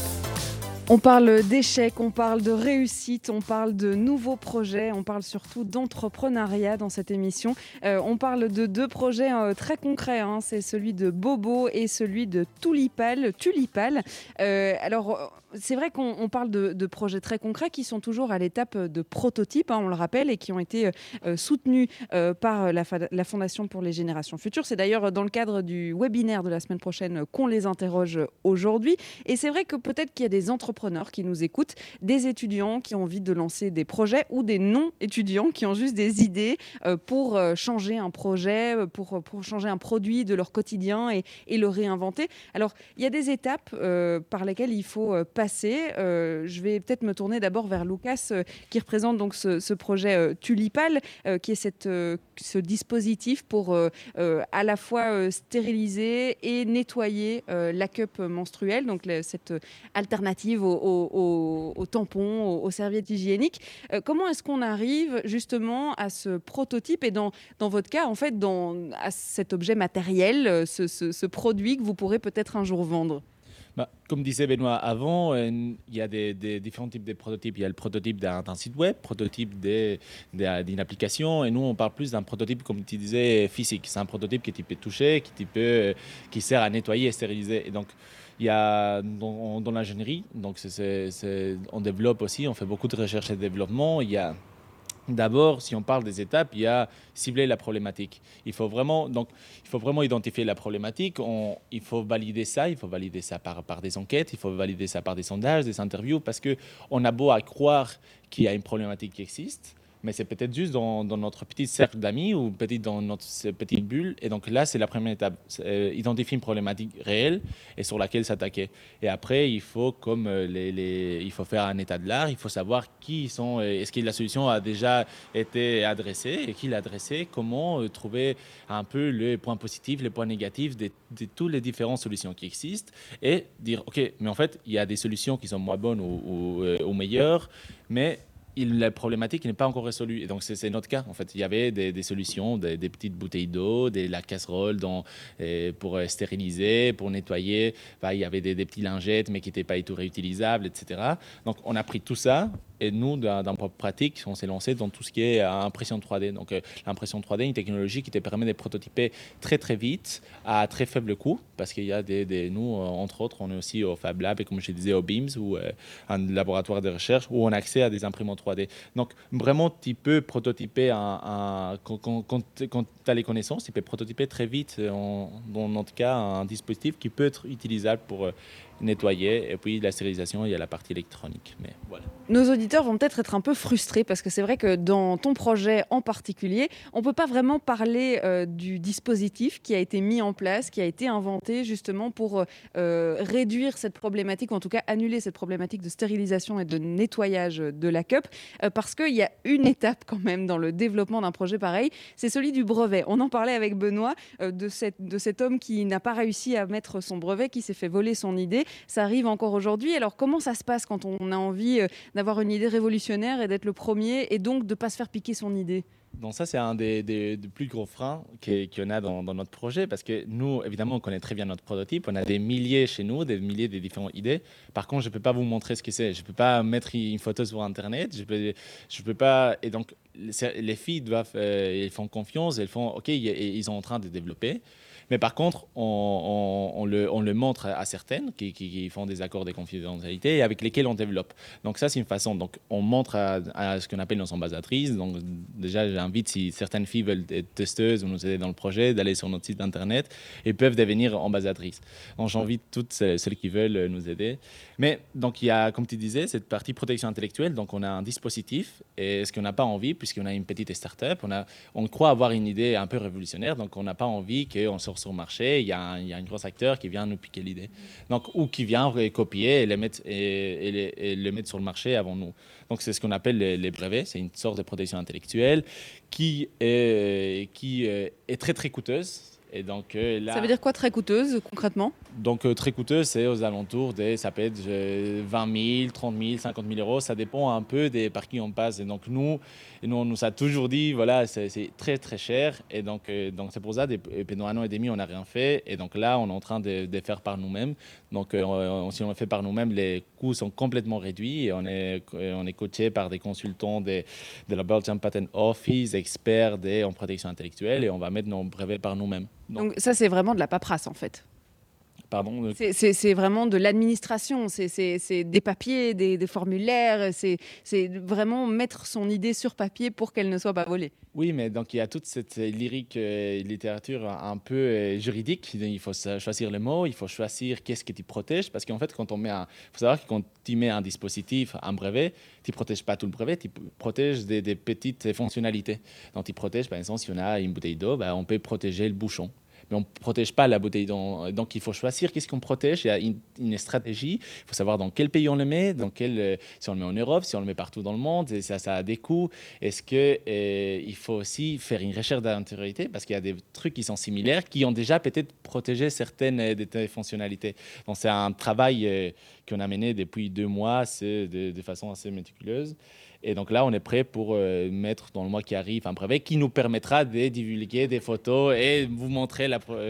A: On parle d'échecs, on parle de réussite, on parle de nouveaux projets, on parle surtout d'entrepreneuriat dans cette émission. On parle de deux projets très concrets, c'est celui de Bobo et celui de Tulipal. Alors, c'est vrai qu'on parle de projets très concrets qui sont toujours à l'étape de prototype, on le rappelle, et qui ont été soutenus par la Fondation pour les générations futures. C'est d'ailleurs dans le cadre du webinaire de la semaine prochaine qu'on les interroge aujourd'hui. Et c'est vrai que peut-être qu'il y a des entrepreneurs qui nous écoutent, des étudiants qui ont envie de lancer des projets ou des non-étudiants qui ont juste des idées pour changer un projet, pour changer un produit de leur quotidien et le réinventer. Alors, il y a des étapes par lesquelles il faut passer. Je vais peut-être me tourner d'abord vers Lucas qui représente donc ce projet Tulipal, qui est cette ce dispositif pour à la fois stériliser et nettoyer la cup menstruelle, donc cette alternative aux tampons, aux serviettes hygiéniques. Comment est-ce qu'on arrive justement à ce prototype et dans votre cas, en fait, à cet objet matériel, ce produit que vous pourrez peut-être un jour vendre?
E: Comme disait Benoît avant, il y a des différents types de prototypes. Il y a le prototype d'un site web, prototype d'une application, et nous on parle plus d'un prototype, comme tu disais, physique. C'est un prototype que tu peux toucher, qui sert à nettoyer et stériliser. Et donc il y a dans l'ingénierie, donc on développe aussi, on fait beaucoup de recherche et de développement. Il y a d'abord, si on parle des étapes, il y a cibler la problématique. Il faut vraiment identifier la problématique. Il faut valider ça par des enquêtes, il faut valider ça par des sondages, des interviews, parce qu'on a beau à croire qu'il y a une problématique qui existe, mais c'est peut-être juste dans notre petit cercle d'amis ou peut-être dans notre petite bulle. Et donc là, c'est la première étape. Identifier une problématique réelle et sur laquelle s'attaquer. Et après, il faut, il faut faire un état de l'art. Il faut savoir est-ce que la solution a déjà été adressée et qui l'a adressée, comment trouver un peu les points positifs, les points négatifs de toutes les différentes solutions qui existent et dire, OK, mais en fait, il y a des solutions qui sont moins bonnes ou meilleures, mais la problématique n'est pas encore résolue. Et donc, c'est notre cas. En fait, il y avait des solutions, des petites bouteilles d'eau, la casserole pour stériliser, pour nettoyer. Il y avait des petites lingettes, mais qui n'étaient pas du tout réutilisables, etc. Donc, on a pris tout ça. Et nous, dans propre pratique, on s'est lancé dans tout ce qui est impression 3D. Donc, l'impression 3D, une technologie qui te permet de prototyper très, très vite, à très faible coût. Parce qu'il y a nous, entre autres, on est aussi au Fab Lab et, comme je disais, au BIMS, ou un laboratoire de recherche où on a accès à des imprimantes 3D. Donc, vraiment, tu peux prototyper quand tu as les connaissances, tu peux prototyper très vite, dans notre cas, un dispositif qui peut être utilisable pour nettoyer. Et puis, la stérilisation, il y a la partie électronique. Mais voilà.
A: Nos auditeurs vont peut-être être un peu frustrés parce que c'est vrai que dans ton projet en particulier, on ne peut pas vraiment parler du dispositif qui a été mis en place, qui a été inventé justement pour réduire cette problématique, ou en tout cas annuler cette problématique de stérilisation et de nettoyage de la cup, parce qu'il y a une étape quand même dans le développement d'un projet pareil, c'est celui du brevet. On en parlait avec Benoît de cet homme qui n'a pas réussi à mettre son brevet, qui s'est fait voler son idée. Ça arrive encore aujourd'hui. Alors comment ça se passe quand on a envie d'avoir une idée révolutionnaire et d'être le premier et donc de ne pas se faire piquer son idée?
E: Donc ça, c'est un des plus gros freins qu'il y en a dans notre projet, parce que nous, évidemment, on connaît très bien notre prototype. On a des milliers chez nous, des milliers de différentes idées. Par contre, je ne peux pas vous montrer ce que c'est. Je ne peux pas mettre une photo sur Internet. Je peux pas... Et donc, les filles elles font confiance. Elles font, OK, ils sont en train de développer. Mais par contre, on le montre à certaines qui font des accords de confidentialité et avec lesquels on développe. Donc ça, c'est une façon. Donc on montre à ce qu'on appelle nos ambassadrices. Donc déjà, j'invite, si certaines filles veulent être testeuses ou nous aider dans le projet, d'aller sur notre site internet et peuvent devenir ambassadrices. Donc j'invite toutes celles qui veulent nous aider. Mais donc il y a, comme tu disais, cette partie protection intellectuelle. Donc on a un dispositif, et ce qu'on n'a pas envie, puisqu'on a une petite start-up, on croit avoir une idée un peu révolutionnaire, donc on n'a pas envie qu'on sorte sur le marché, il y a un gros acteur qui vient nous piquer l'idée. Donc, ou qui vient copier et le mettre sur le marché avant nous. Donc c'est ce qu'on appelle les brevets, c'est une sorte de protection intellectuelle qui est très très coûteuse. Et donc, là,
A: ça veut dire quoi, très coûteuse, concrètement?
E: Donc, très coûteuse, c'est aux alentours ça peut être 20 000, 30 000, 50 000 euros. Ça dépend un peu par qui on passe. Et donc, nous, on nous a toujours dit, voilà, c'est très, très cher. Et donc c'est pour ça, pendant 1 an et demi, on n'a rien fait. Et donc là, on est en train de faire par nous-mêmes. Donc, si on le fait par nous-mêmes, les coûts sont complètement réduits. Et on est coaché par des consultants de la Belgian Patent Office, experts en protection intellectuelle. Et on va mettre nos brevets par nous-mêmes.
A: Donc ça, c'est vraiment de la paperasse, en fait.
E: Pardon,
A: c'est vraiment de l'administration, c'est des papiers, des formulaires, c'est vraiment mettre son idée sur papier pour qu'elle ne soit pas volée.
E: Oui, mais donc il y a toute cette lyrique littérature un peu juridique. Il faut choisir les mots, il faut choisir qu'est-ce que tu protèges, parce qu'en fait, faut savoir que quand tu mets un dispositif, un brevet, tu ne protèges pas tout le brevet, tu protèges des petites fonctionnalités. Donc tu protèges, par exemple, si on a une bouteille d'eau, on peut protéger le bouchon. mais on ne protège pas la bouteille. Donc, il faut choisir qu'est-ce qu'on protège. Il y a une stratégie. Il faut savoir dans quel pays on le met, si on le met en Europe, si on le met partout dans le monde. Et ça a des coûts. Est-ce qu'il faut aussi faire une recherche d'intériorité parce qu'il y a des trucs qui sont similaires, qui ont déjà peut-être protégé certaines des fonctionnalités. Donc, c'est un travail qu'on a mené depuis 2 mois de façon assez méticuleuse. Et donc là, on est prêt pour mettre dans le mois qui arrive un brevet qui nous permettra de divulguer des photos et vous montrer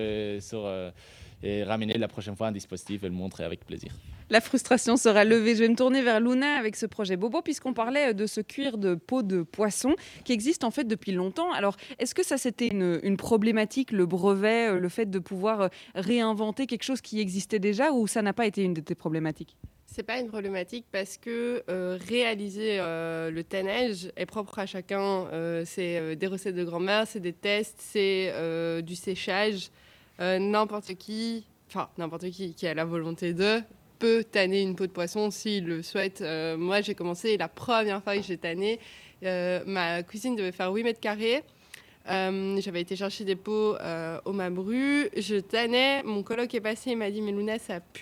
E: et ramener la prochaine fois un dispositif et le montrer avec plaisir.
A: La frustration sera levée. Je vais me tourner vers Luna avec ce projet Bobo, puisqu'on parlait de ce cuir de peau de poisson qui existe en fait depuis longtemps. Alors, est-ce que ça, c'était une problématique, le brevet, le fait de pouvoir réinventer quelque chose qui existait déjà, ou ça n'a pas été une de tes problématiques ?
C: C'est pas une problématique parce que réaliser le tannage est propre à chacun. C'est des recettes de grand-mère, c'est des tests, c'est du séchage. N'importe qui qui a la volonté peut tanner une peau de poisson s'il le souhaite. Moi, j'ai commencé la première fois que j'ai tanné. Ma cuisine devait faire 8 mètres carrés. J'avais été chercher des peaux au Mabru. Je tannais. Mon coloc est passé. Il m'a dit « Mais Luna, ça pue ».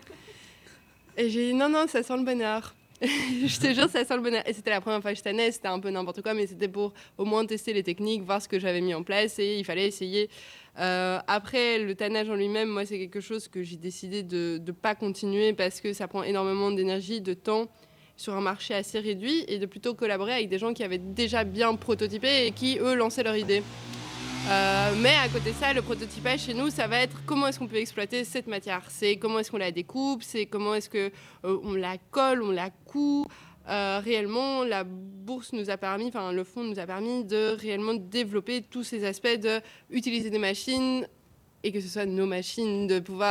C: Et j'ai dit « Non, ça sent le bonheur ». Je te jure, ça sent le bonheur. Et c'était la première fois que je tannais. C'était un peu n'importe quoi, mais c'était pour au moins tester les techniques, voir ce que j'avais mis en place. Et il fallait essayer. Après, le tannage en lui-même, moi, c'est quelque chose que j'ai décidé de ne pas continuer parce que ça prend énormément d'énergie, de temps sur un marché assez réduit et de plutôt collaborer avec des gens qui avaient déjà bien prototypé et qui, eux, lançaient leur idée. Mais à côté de ça, le prototypage chez nous, ça va être comment est-ce qu'on peut exploiter cette matière. C'est comment est-ce qu'on la découpe, c'est comment est-ce qu'on la colle, on la coud. Réellement, la bourse nous a permis, le fonds nous a permis de réellement développer tous ces aspects d'utiliser des machines et que ce soit nos machines, de pouvoir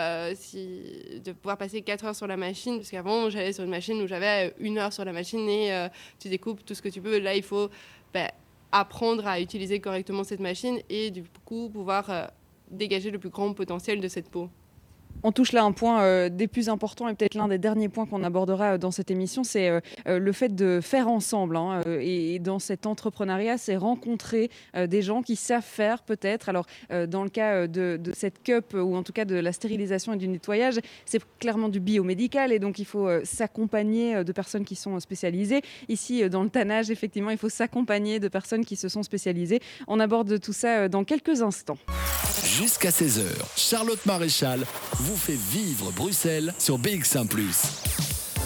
C: passer 4 heures sur la machine, parce qu'avant, j'allais sur une machine où j'avais 1 heure sur la machine et tu découpes tout ce que tu peux. Là, il faut apprendre à utiliser correctement cette machine et du coup pouvoir dégager le plus grand potentiel de cette peau.
A: On touche là un point des plus importants et peut-être l'un des derniers points qu'on abordera dans cette émission, c'est le fait de faire ensemble. Et dans cet entrepreneuriat, c'est rencontrer des gens qui savent faire peut-être. Alors, dans le cas de cette cup, ou en tout cas de la stérilisation et du nettoyage, c'est clairement du biomédical et donc il faut s'accompagner de personnes qui sont spécialisées. Ici, dans le tannage, effectivement, il faut s'accompagner de personnes qui se sont spécialisées. On aborde tout ça dans quelques instants.
B: Jusqu'à 16h, Charlotte Maréchal vous fait vivre Bruxelles sur BX1 +.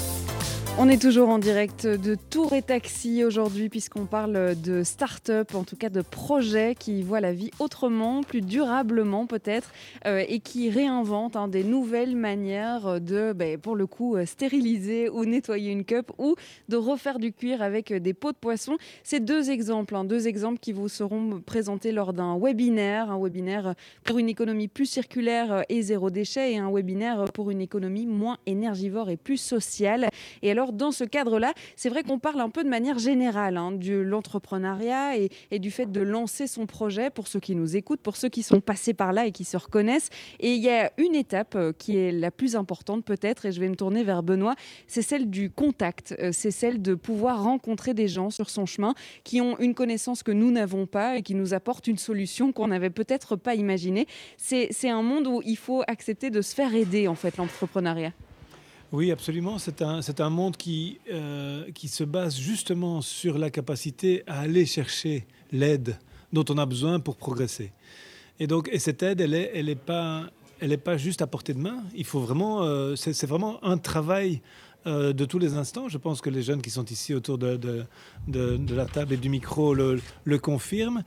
A: On est toujours en direct de Tour et Taxi aujourd'hui puisqu'on parle de start-up, en tout cas de projets qui voient la vie autrement, plus durablement peut-être, et qui réinventent des nouvelles manières de, pour le coup, stériliser ou nettoyer une cup ou de refaire du cuir avec des peaux de poisson. C'est deux exemples qui vous seront présentés lors d'un webinaire, un webinaire pour une économie plus circulaire et zéro déchet et un webinaire pour une économie moins énergivore et plus sociale. Et alors, dans ce cadre-là, c'est vrai qu'on parle un peu de manière générale de l'entrepreneuriat et du fait de lancer son projet pour ceux qui nous écoutent, pour ceux qui sont passés par là et qui se reconnaissent. Et il y a une étape qui est la plus importante peut-être, et je vais me tourner vers Benoît, c'est celle du contact, c'est celle de pouvoir rencontrer des gens sur son chemin qui ont une connaissance que nous n'avons pas et qui nous apportent une solution qu'on n'avait peut-être pas imaginée. C'est un monde où il faut accepter de se faire aider, en fait, l'entrepreneuriat.
D: Oui, absolument. C'est un monde qui se base justement sur la capacité à aller chercher l'aide dont on a besoin pour progresser. Et cette aide, elle est pas juste à portée de main. Il faut vraiment, c'est vraiment un travail de tous les instants. Je pense que les jeunes qui sont ici autour de la table et du micro le confirment.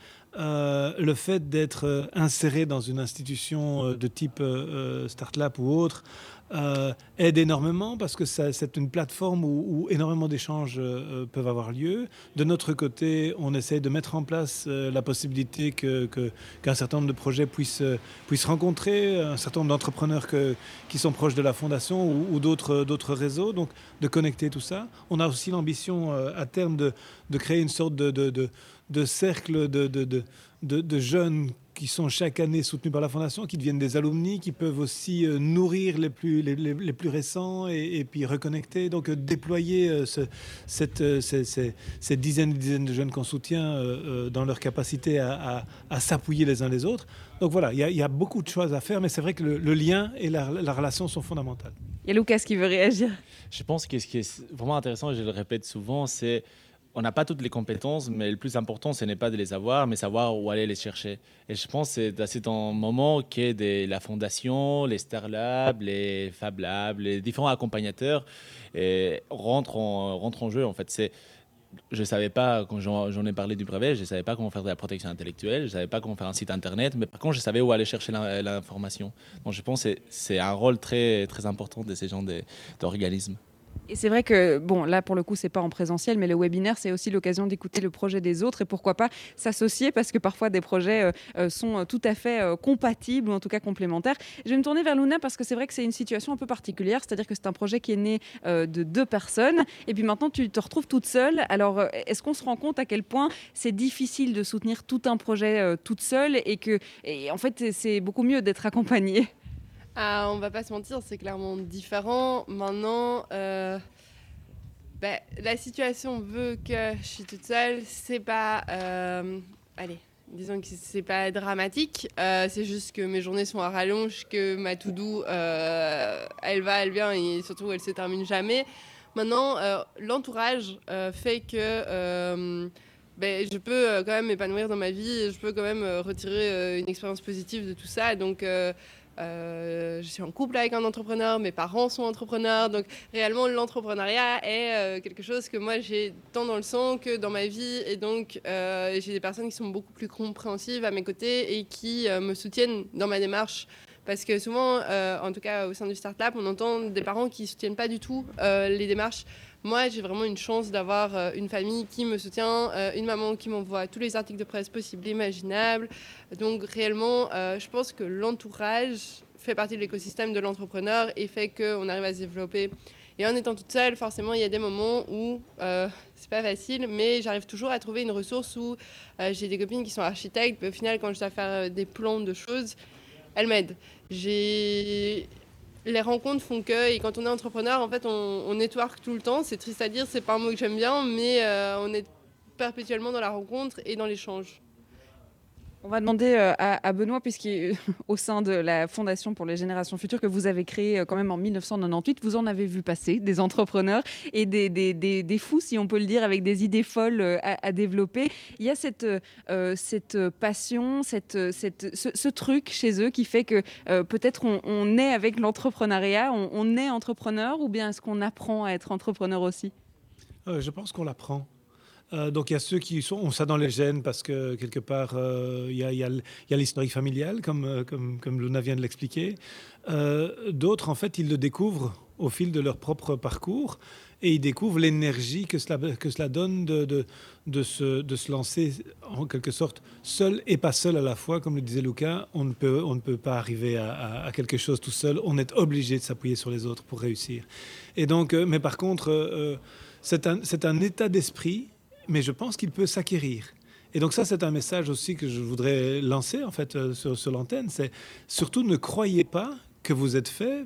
D: Le fait d'être inséré dans une institution de type Startlab ou autre aide énormément parce que c'est une plateforme où énormément d'échanges peuvent avoir lieu. De notre côté, on essaie de mettre en place la possibilité qu'un certain nombre de projets puissent rencontrer un certain nombre d'entrepreneurs qui sont proches de la fondation ou d'autres réseaux, donc de connecter tout ça. On a aussi l'ambition à terme de créer une sorte de cercle de jeunes qui sont chaque année soutenus par la Fondation, qui deviennent des alumni, qui peuvent aussi nourrir les plus récents et puis reconnecter. Donc déployer ces dizaines et dizaines de jeunes qu'on soutient dans leur capacité à s'appuyer les uns les autres. Donc voilà, il y a beaucoup de choses à faire, mais c'est vrai que le lien et la relation sont fondamentales.
A: Il y a Lucas qui veut réagir.
E: Je pense que ce qui est vraiment intéressant, et je le répète souvent, c'est on n'a pas toutes les compétences, mais le plus important, ce n'est pas de les avoir, mais savoir où aller les chercher. Et je pense que c'est un moment que la Fondation, les Star Labs, les Fab Labs, les différents accompagnateurs rentrent en jeu. En fait, je ne savais pas, quand j'en ai parlé du brevet, je ne savais pas comment faire de la protection intellectuelle, je ne savais pas comment faire un site internet, mais par contre, je savais où aller chercher l'information. Donc je pense que c'est un rôle très, très important de ces genres d'organismes.
A: Et c'est vrai que, bon, là, pour le coup, c'est pas en présentiel, mais le webinaire, c'est aussi l'occasion d'écouter le projet des autres et pourquoi pas s'associer parce que parfois des projets sont tout à fait compatibles ou en tout cas complémentaires. Je vais me tourner vers Luna parce que c'est vrai que c'est une situation un peu particulière, c'est-à-dire que c'est un projet qui est né de 2 personnes et puis maintenant tu te retrouves toute seule. Alors, est-ce qu'on se rend compte à quel point c'est difficile de soutenir tout un projet toute seule et en fait, c'est beaucoup mieux d'être accompagnée?
C: On va pas se mentir, c'est clairement différent. Maintenant, la situation veut que je suis toute seule. C'est pas, disons que c'est pas dramatique. C'est juste que mes journées sont à rallonge, que ma to-do, elle va, elle vient et surtout elle se termine jamais. Maintenant, l'entourage fait que je peux quand même m'épanouir dans ma vie. Je peux quand même retirer une expérience positive de tout ça. Donc je suis en couple avec un entrepreneur, mes parents sont entrepreneurs, donc réellement l'entrepreneuriat est quelque chose que moi j'ai tant dans le sang que dans ma vie et donc j'ai des personnes qui sont beaucoup plus compréhensives à mes côtés et qui me soutiennent dans ma démarche parce que souvent, en tout cas au sein du Startup, on entend des parents qui ne soutiennent pas du tout les démarches. Moi, j'ai vraiment une chance d'avoir une famille qui me soutient, une maman qui m'envoie tous les articles de presse possibles et imaginables. Donc réellement, je pense que l'entourage fait partie de l'écosystème de l'entrepreneur et fait qu'on arrive à se développer. Et en étant toute seule, forcément, il y a des moments où c'est pas facile, mais j'arrive toujours à trouver une ressource où j'ai des copines qui sont architectes, mais au final, quand je dois faire des plans de choses, elles m'aident. Les rencontres font que, et quand on est entrepreneur, en fait, on network tout le temps. C'est triste à dire, c'est pas un mot que j'aime bien, mais on est perpétuellement dans la rencontre et dans l'échange.
A: On va demander à Benoît, puisqu'au sein de la Fondation pour les générations futures que vous avez créée quand même en 1998, vous en avez vu passer des entrepreneurs et des fous, si on peut le dire, avec des idées folles à développer. Il y a cette passion, ce truc chez eux qui fait que peut-être on est avec l'entrepreneuriat, on est entrepreneur, ou bien est-ce qu'on apprend à être entrepreneur aussi ?
D: Je pense qu'on l'apprend. Donc il y a ceux qui ont ça dans les gènes parce que quelque part il y a l'historique familial comme Luna vient de l'expliquer. D'autres en fait ils le découvrent au fil de leur propre parcours et ils découvrent l'énergie que cela donne de se lancer en quelque sorte seul et pas seul à la fois. Comme le disait Lucas, on ne peut pas arriver à quelque chose tout seul. On est obligé de s'appuyer sur les autres pour réussir. Et donc, mais par contre, c'est un état d'esprit. Mais je pense qu'il peut s'acquérir. Et donc ça, c'est un message aussi que je voudrais lancer en fait sur l'antenne. C'est surtout ne croyez pas que vous êtes fait,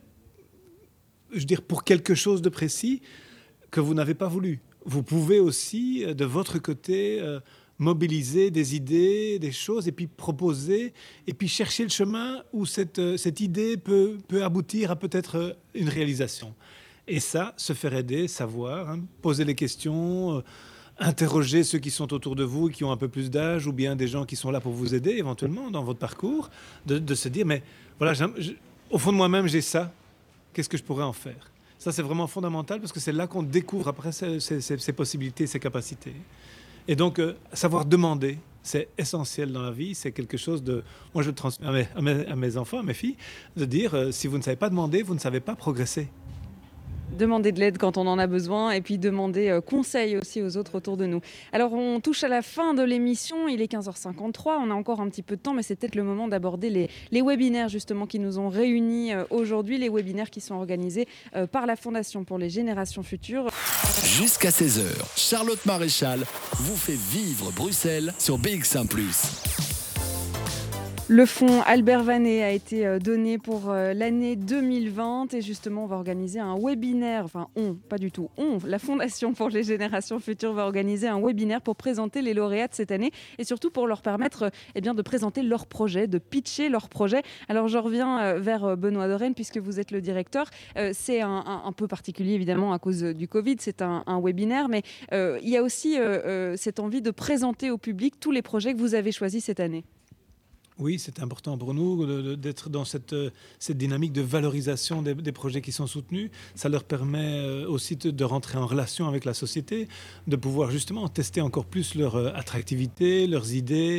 D: pour quelque chose de précis que vous n'avez pas voulu. Vous pouvez aussi, de votre côté, mobiliser des idées, des choses, et puis proposer, et puis chercher le chemin où cette idée peut aboutir à peut-être une réalisation. Et ça, se faire aider, savoir, poser les questions, interroger ceux qui sont autour de vous et qui ont un peu plus d'âge ou bien des gens qui sont là pour vous aider éventuellement dans votre parcours, de se dire, mais voilà, au fond de moi-même, j'ai ça, qu'est-ce que je pourrais en faire ? Ça, c'est vraiment fondamental parce que c'est là qu'on découvre après ses possibilités, ses capacités. Et donc, savoir demander, c'est essentiel dans la vie, c'est quelque chose de... Moi, je le transmets à mes enfants, à mes filles, de dire, si vous ne savez pas demander, vous ne savez pas progresser.
A: Demander de l'aide quand on en a besoin et puis demander conseil aussi aux autres autour de nous. Alors on touche à la fin de l'émission, il est 15h53, on a encore un petit peu de temps mais c'est peut-être le moment d'aborder les webinaires justement qui nous ont réunis aujourd'hui, les webinaires qui sont organisés par la Fondation pour les générations futures.
B: Jusqu'à 16h, Charlotte Maréchal vous fait vivre Bruxelles sur BX1 +.
A: Le fonds Albert Vanet a été donné pour l'année 2020 et justement on va organiser un webinaire, la Fondation pour les générations futures va organiser un webinaire pour présenter les lauréats de cette année et surtout pour leur permettre de présenter leurs projets, de pitcher leurs projets. Alors je reviens vers Benoît Dorène puisque vous êtes le directeur. C'est un peu particulier évidemment à cause du Covid, c'est un webinaire, mais il y a aussi cette envie de présenter au public tous les projets que vous avez choisis cette année.
D: Oui, c'est important pour nous d'être dans cette dynamique de valorisation des projets qui sont soutenus. Ça leur permet aussi de rentrer en relation avec la société, de pouvoir justement tester encore plus leur attractivité, leurs idées,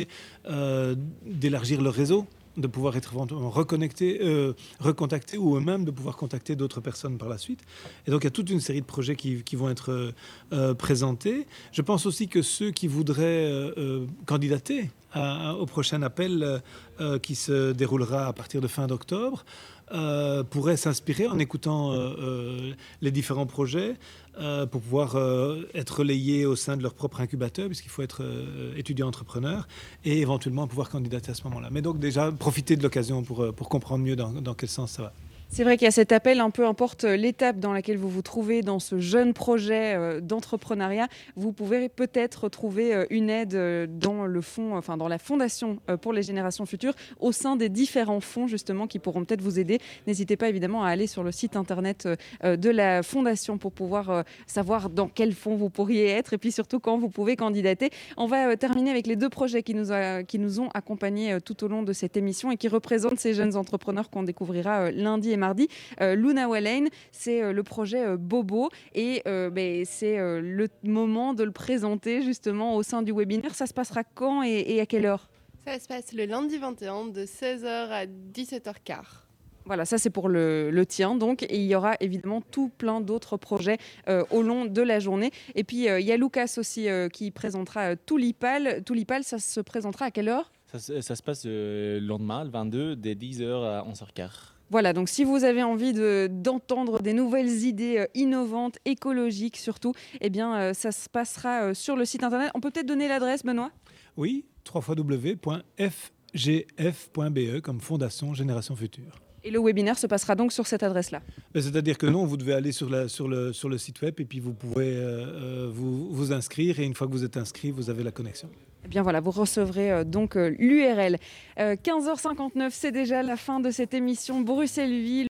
D: d'élargir leur réseau, de pouvoir être éventuellement recontactés ou eux-mêmes de pouvoir contacter d'autres personnes par la suite. Et donc, il y a toute une série de projets qui vont être présentés. Je pense aussi que ceux qui voudraient candidater au prochain appel qui se déroulera à partir de fin d'octobre pourraient s'inspirer en écoutant les différents projets pour pouvoir être relayés au sein de leur propre incubateur, puisqu'il faut être étudiant-entrepreneur, et éventuellement pouvoir candidater à ce moment-là. Mais donc déjà, profiter de l'occasion pour comprendre mieux dans quel sens ça va.
A: C'est vrai qu'il y a cet appel, peu importe l'étape dans laquelle vous vous trouvez dans ce jeune projet d'entrepreneuriat, vous pouvez peut-être trouver une aide dans le fonds, dans la Fondation pour les générations futures, au sein des différents fonds justement qui pourront peut-être vous aider. N'hésitez pas évidemment à aller sur le site internet de la Fondation pour pouvoir savoir dans quel fonds vous pourriez être et puis surtout quand vous pouvez candidater. On va terminer avec les deux projets qui nous ont accompagnés tout au long de cette émission et qui représentent ces jeunes entrepreneurs qu'on découvrira lundi et mardi. Luna Wallane, c'est le projet Bobo et c'est le moment de le présenter justement au sein du webinaire. Ça se passera quand et à quelle heure ?
C: Ça se passe le lundi 21 de 16h à 17h15.
A: Voilà, ça c'est pour le tien donc, et il y aura évidemment tout plein d'autres projets au long de la journée. Et puis il y a Lucas aussi qui présentera Tulipal. Tulipal, ça se présentera à quelle heure ?
E: Ça se passe le lendemain, le 22, dès 10h à 11h15.
A: Voilà, donc si vous avez envie d'entendre des nouvelles idées innovantes, écologiques surtout, ça se passera sur le site internet. On peut peut-être donner l'adresse, Benoît ?
D: Oui, www.fgf.be comme Fondation Génération Future.
A: Et le webinaire se passera donc sur cette adresse-là.
D: C'est-à-dire que non, vous devez aller sur le site web et puis vous pouvez vous inscrire. Et une fois que vous êtes inscrit, vous avez la connexion.
A: Eh bien voilà, vous recevrez donc l'URL. 15h59, c'est déjà la fin de cette émission Bruxelles Ville.